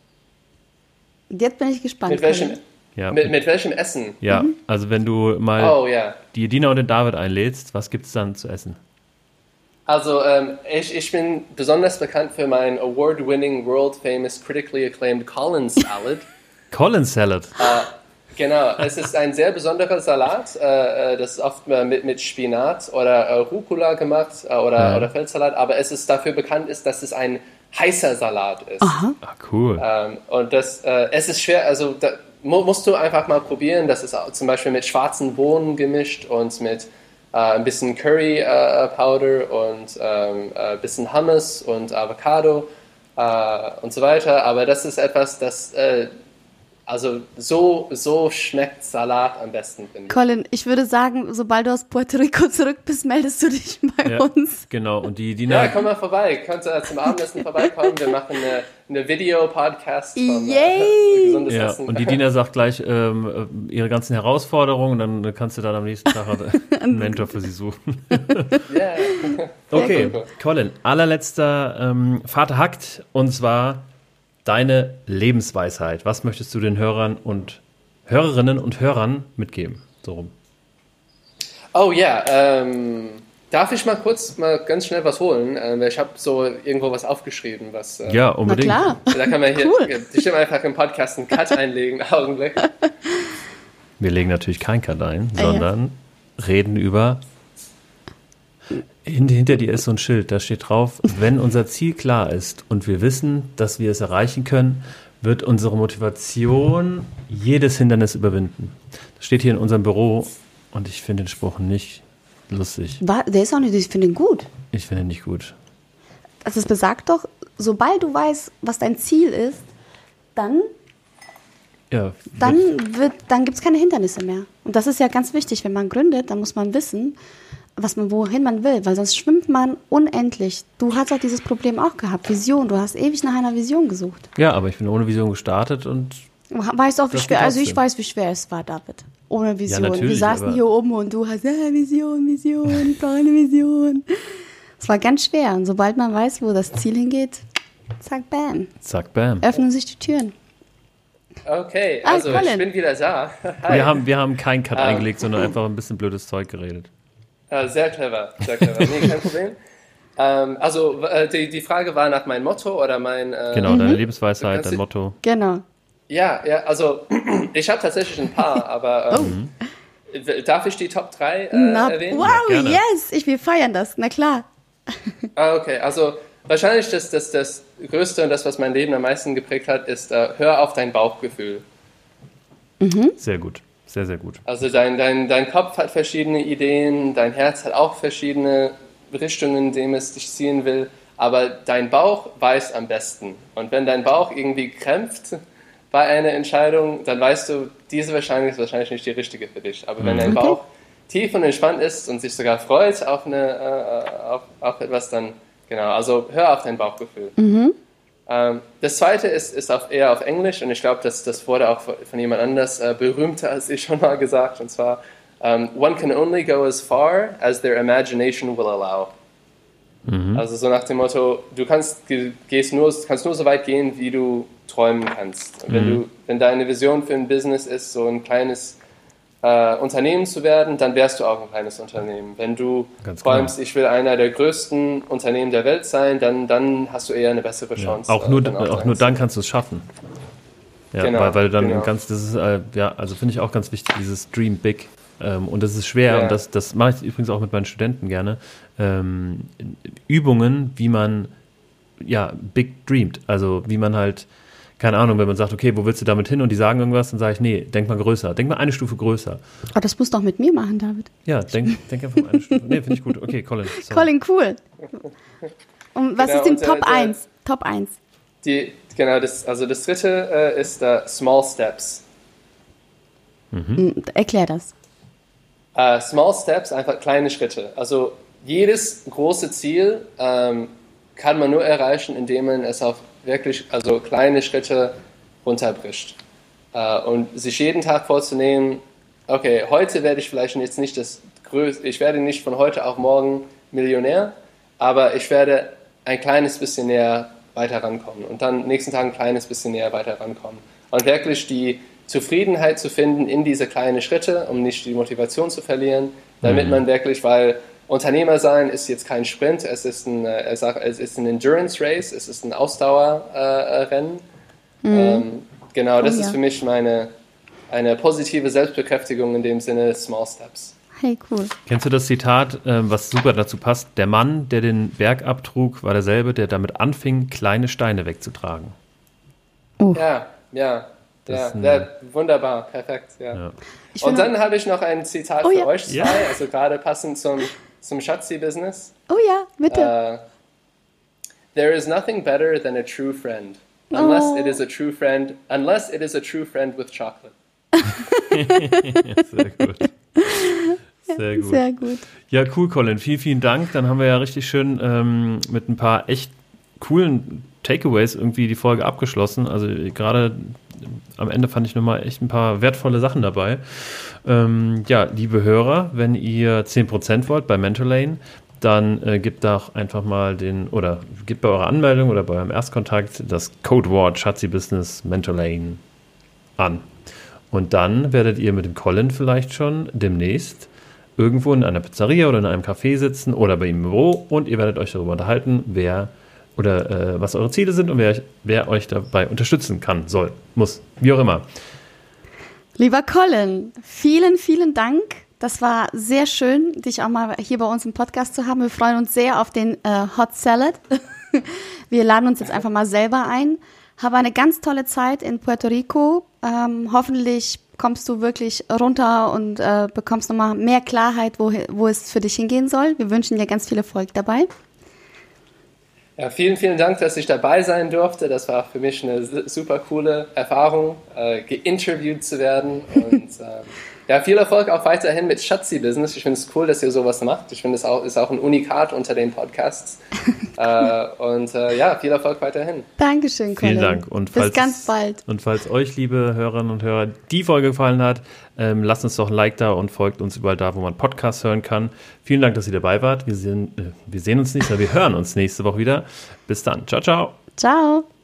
Jetzt bin ich gespannt. Mit welchem, Colin. Ja, mit, mit welchem Essen? ja also wenn du mal Oh ja. die Dina und den David einlädst, was gibt's dann zu essen? Also ähm, ich, ich bin besonders bekannt für meinen award-winning, world-famous, critically acclaimed Collins Salad. Colin Salad. Genau, es ist ein sehr besonderer Salat. Äh, äh, das ist oft äh, mit, mit Spinat oder äh, Rucola gemacht äh, oder, Ja. oder Feldsalat, aber es ist dafür bekannt, ist, dass es ein heißer Salat ist. Aha. Ah, cool. Ähm, und das, äh, es ist schwer, also da mu musst du einfach mal probieren. Das ist auch zum Beispiel mit schwarzen Bohnen gemischt und mit äh, ein bisschen Curry äh, Powder und ähm, ein bisschen Hummus und Avocado äh, und so weiter. Aber das ist etwas, das äh, Also so, so schmeckt Salat am besten, finde ich. Colin, ich würde sagen, sobald du aus Puerto Rico zurück bist, meldest du dich bei Ja, uns. genau. Und die Dina, Ja, komm mal vorbei. Könnt ihr zum Abendessen vorbeikommen. Wir machen eine, eine Video-Podcast vom Yay! äh, gesundes ja, Essen. und die Dina sagt gleich ähm, ihre ganzen Herausforderungen, dann kannst du dann am nächsten Tag einen Mentor für sie suchen. Yeah. Okay, cool. Colin, allerletzter ähm, Vater hackt, und zwar deine Lebensweisheit. Was möchtest du den Hörern und Hörerinnen und Hörern mitgeben? So rum. Oh ja, ähm, darf ich mal kurz mal ganz schnell was holen? Ähm, ich habe so irgendwo was aufgeschrieben, was. Äh, Ja, Na unbedingt. klar. Da kann man hier Cool. bestimmt einfach im Podcast einen Cut einlegen, Augenblick. Wir legen natürlich kein Cut ein, Ah, ja. sondern reden über. Hinter, hinter dir ist so ein Schild, da steht drauf, wenn unser Ziel klar ist und wir wissen, dass wir es erreichen können, wird unsere Motivation jedes Hindernis überwinden. Das steht hier in unserem Büro und ich finde den Spruch nicht lustig. War, der ist auch nicht, ich finde ihn gut. Ich finde ihn nicht gut. Also es besagt doch, sobald du weißt, was dein Ziel ist, dann, Ja, dann, wird, dann gibt es keine Hindernisse mehr. Und das ist ja ganz wichtig, wenn man gründet, dann muss man wissen, was man, wohin man will, weil sonst schwimmt man unendlich. Du hast auch dieses Problem auch gehabt, Vision. Du hast ewig nach einer Vision gesucht. ja, aber ich bin ohne Vision gestartet und Weißt auch, wie Das schwer, geht also ich trotzdem. weiß, wie schwer es war, David. Ohne Vision. Wir natürlich, saßen aber- hier oben und du hast, äh, Vision, Vision, ich brauche eine Vision. Es war ganz schwer. Und sobald man weiß, wo das Ziel hingeht, zack, bam, zack, bam. öffnen sich die Türen. Okay, Ah, also ich Colin. bin wieder da. Hi. Wir haben, wir haben keinen Cut Ah. eingelegt, sondern einfach ein bisschen blödes Zeug geredet. Ja, sehr clever, sehr clever. Nee, kein Problem. Ähm, also äh, die, die Frage war nach meinem Motto oder mein... Äh, Genau, deine Lebensweisheit, kannst dein du- Motto. Genau. Ja, ja, also ich habe tatsächlich ein paar, aber Oh. ähm, w- darf ich die Top drei äh, Na, erwähnen? wow, gerne. yes, ich, wir feiern das, na klar. Ah, okay, also wahrscheinlich das, das, das Größte und das, was mein Leben am meisten geprägt hat, ist, äh, hör auf dein Bauchgefühl. Sehr gut, sehr, sehr gut. Also dein, dein, dein Kopf hat verschiedene Ideen, dein Herz hat auch verschiedene Richtungen, in denen es dich ziehen will, aber dein Bauch weiß am besten. Und wenn dein Bauch irgendwie krämpft bei einer Entscheidung, dann weißt du, diese wahrscheinlich ist wahrscheinlich nicht die richtige für dich. Aber wenn dein Okay. Bauch tief und entspannt ist und sich sogar freut auf, eine, äh, auf, auf etwas, dann genau, also hör auf dein Bauchgefühl. Ähm, das zweite ist, ist auf, eher auf Englisch und ich glaube, das, das wurde auch von jemand anders äh, berühmter als ich schon mal gesagt, und zwar um, one can only go as far as their imagination will allow. Also so nach dem Motto, du kannst, ge- gehst nur, kannst nur so weit gehen, wie du träumen kannst. Und wenn, du, wenn deine Vision für ein Business ist, so ein kleines äh, Unternehmen zu werden, dann wärst du auch ein kleines Unternehmen. Wenn du Ganz träumst, ich will einer der größten Unternehmen der Welt sein, dann, dann hast du eher eine bessere Ja. Chance. Auch, äh, nur, dann auch dahin nur zu dann kommen. kannst du es schaffen. Ja, Genau, weil, weil du dann genau. ganz, das ist, äh, ja, also finde ich auch ganz wichtig, dieses Dream Big. Ähm, und das ist schwer Ja. und das, das mache ich übrigens auch mit meinen Studenten gerne. Ähm, Übungen, wie man, ja, big dreamt. Also wie man halt, keine Ahnung, wenn man sagt, okay, wo willst du damit hin? Und die sagen irgendwas, dann sage ich, nee, denk mal größer. Denk mal eine Stufe größer. Oh, das musst du auch mit mir machen, David. Ja, denk, denk einfach mal eine Stufe. Nee, finde ich gut. Okay, Colin. sorry. Colin, cool. Und was Genau, ist denn und, äh, Top der- eins? Top eins. Die, genau, das, also das dritte äh, ist uh, Small Steps. Mhm. Erklär das. Uh, small Steps, einfach kleine Schritte. Also jedes große Ziel ähm, kann man nur erreichen, indem man es auf wirklich, also kleine Schritte runterbricht. Uh, und sich jeden Tag vorzunehmen, okay, heute werde ich vielleicht jetzt nicht das größte, ich werde nicht von heute auf morgen Millionär, aber ich werde ein kleines bisschen näher weiter rankommen und dann nächsten Tag ein kleines bisschen näher weiter rankommen. Und wirklich die Zufriedenheit zu finden in diese kleinen Schritte, um nicht die Motivation zu verlieren, damit man wirklich, weil Unternehmer sein ist jetzt kein Sprint, es ist ein, äh, er sagt, es ist ein Endurance Race, es ist ein Ausdauerrennen. Äh, ähm, genau, das Oh, ist ja. für mich meine eine positive Selbstbekräftigung in dem Sinne Small Steps. Hey, cool. Kennst du das Zitat, ähm, was super dazu passt? Der Mann, der den Berg abtrug, war derselbe, der damit anfing, kleine Steine wegzutragen. Ja, ja, Das ja, ist ein- ja, wunderbar, perfekt, ja. Ja. Ich Und finde- dann habe ich noch ein Zitat Oh für ja. euch zwei, Ja. also gerade passend zum, zum Schatzi-Business. Oh ja, bitte. Uh, There is nothing better than a true friend. unless Oh. it is a true friend, unless it is a true friend with chocolate. Sehr gut. Sehr gut. Sehr gut. Ja, cool, Colin. Vielen, vielen Dank. Dann haben wir ja richtig schön ähm, mit ein paar echt coolen Takeaways irgendwie die Folge abgeschlossen. Also gerade am Ende fand ich nochmal echt ein paar wertvolle Sachen dabei. Ähm, ja, liebe Hörer, wenn ihr zehn Prozent wollt bei Mentorlane, dann äh, gebt doch einfach mal den, oder gebt bei eurer Anmeldung oder bei eurem Erstkontakt das Codewort Schatzi Business Mentorlane an. Und dann werdet ihr mit dem Colin vielleicht schon demnächst irgendwo in einer Pizzeria oder in einem Café sitzen oder bei ihm im Büro und ihr werdet euch darüber unterhalten, wer oder äh, was eure Ziele sind und wer, wer euch dabei unterstützen kann, soll, muss, wie auch immer. Lieber Colin, vielen, vielen Dank. Das war sehr schön, dich auch mal hier bei uns im Podcast zu haben. Wir freuen uns sehr auf den äh, Hot Salad. Wir laden uns jetzt einfach mal selber ein. Habe eine ganz tolle Zeit in Puerto Rico. Ähm, hoffentlich kommst du wirklich runter und äh, bekommst nochmal mehr Klarheit, wo, wo es für dich hingehen soll. Wir wünschen dir ganz viel Erfolg dabei. Ja, vielen, vielen Dank, dass ich dabei sein durfte. Das war für mich eine super coole Erfahrung, äh, geinterviewt zu werden. Und ähm, ja, viel Erfolg auch weiterhin mit Schatzi Business. Ich finde es cool, dass ihr sowas macht. Ich finde, es auch, ist auch ein Unikat unter den Podcasts. äh, und äh, ja, viel Erfolg weiterhin. Dankeschön, Colin. Vielen Dank. Und bis falls, ganz bald. Und falls euch, liebe Hörerinnen und Hörer, die Folge gefallen hat, ähm, lasst uns doch ein Like da und folgt uns überall da, wo man Podcasts hören kann. Vielen Dank, dass ihr dabei wart. Wir sehen, äh, wir sehen uns nicht, aber wir hören uns nächste Woche wieder. Bis dann. Ciao, ciao. Ciao.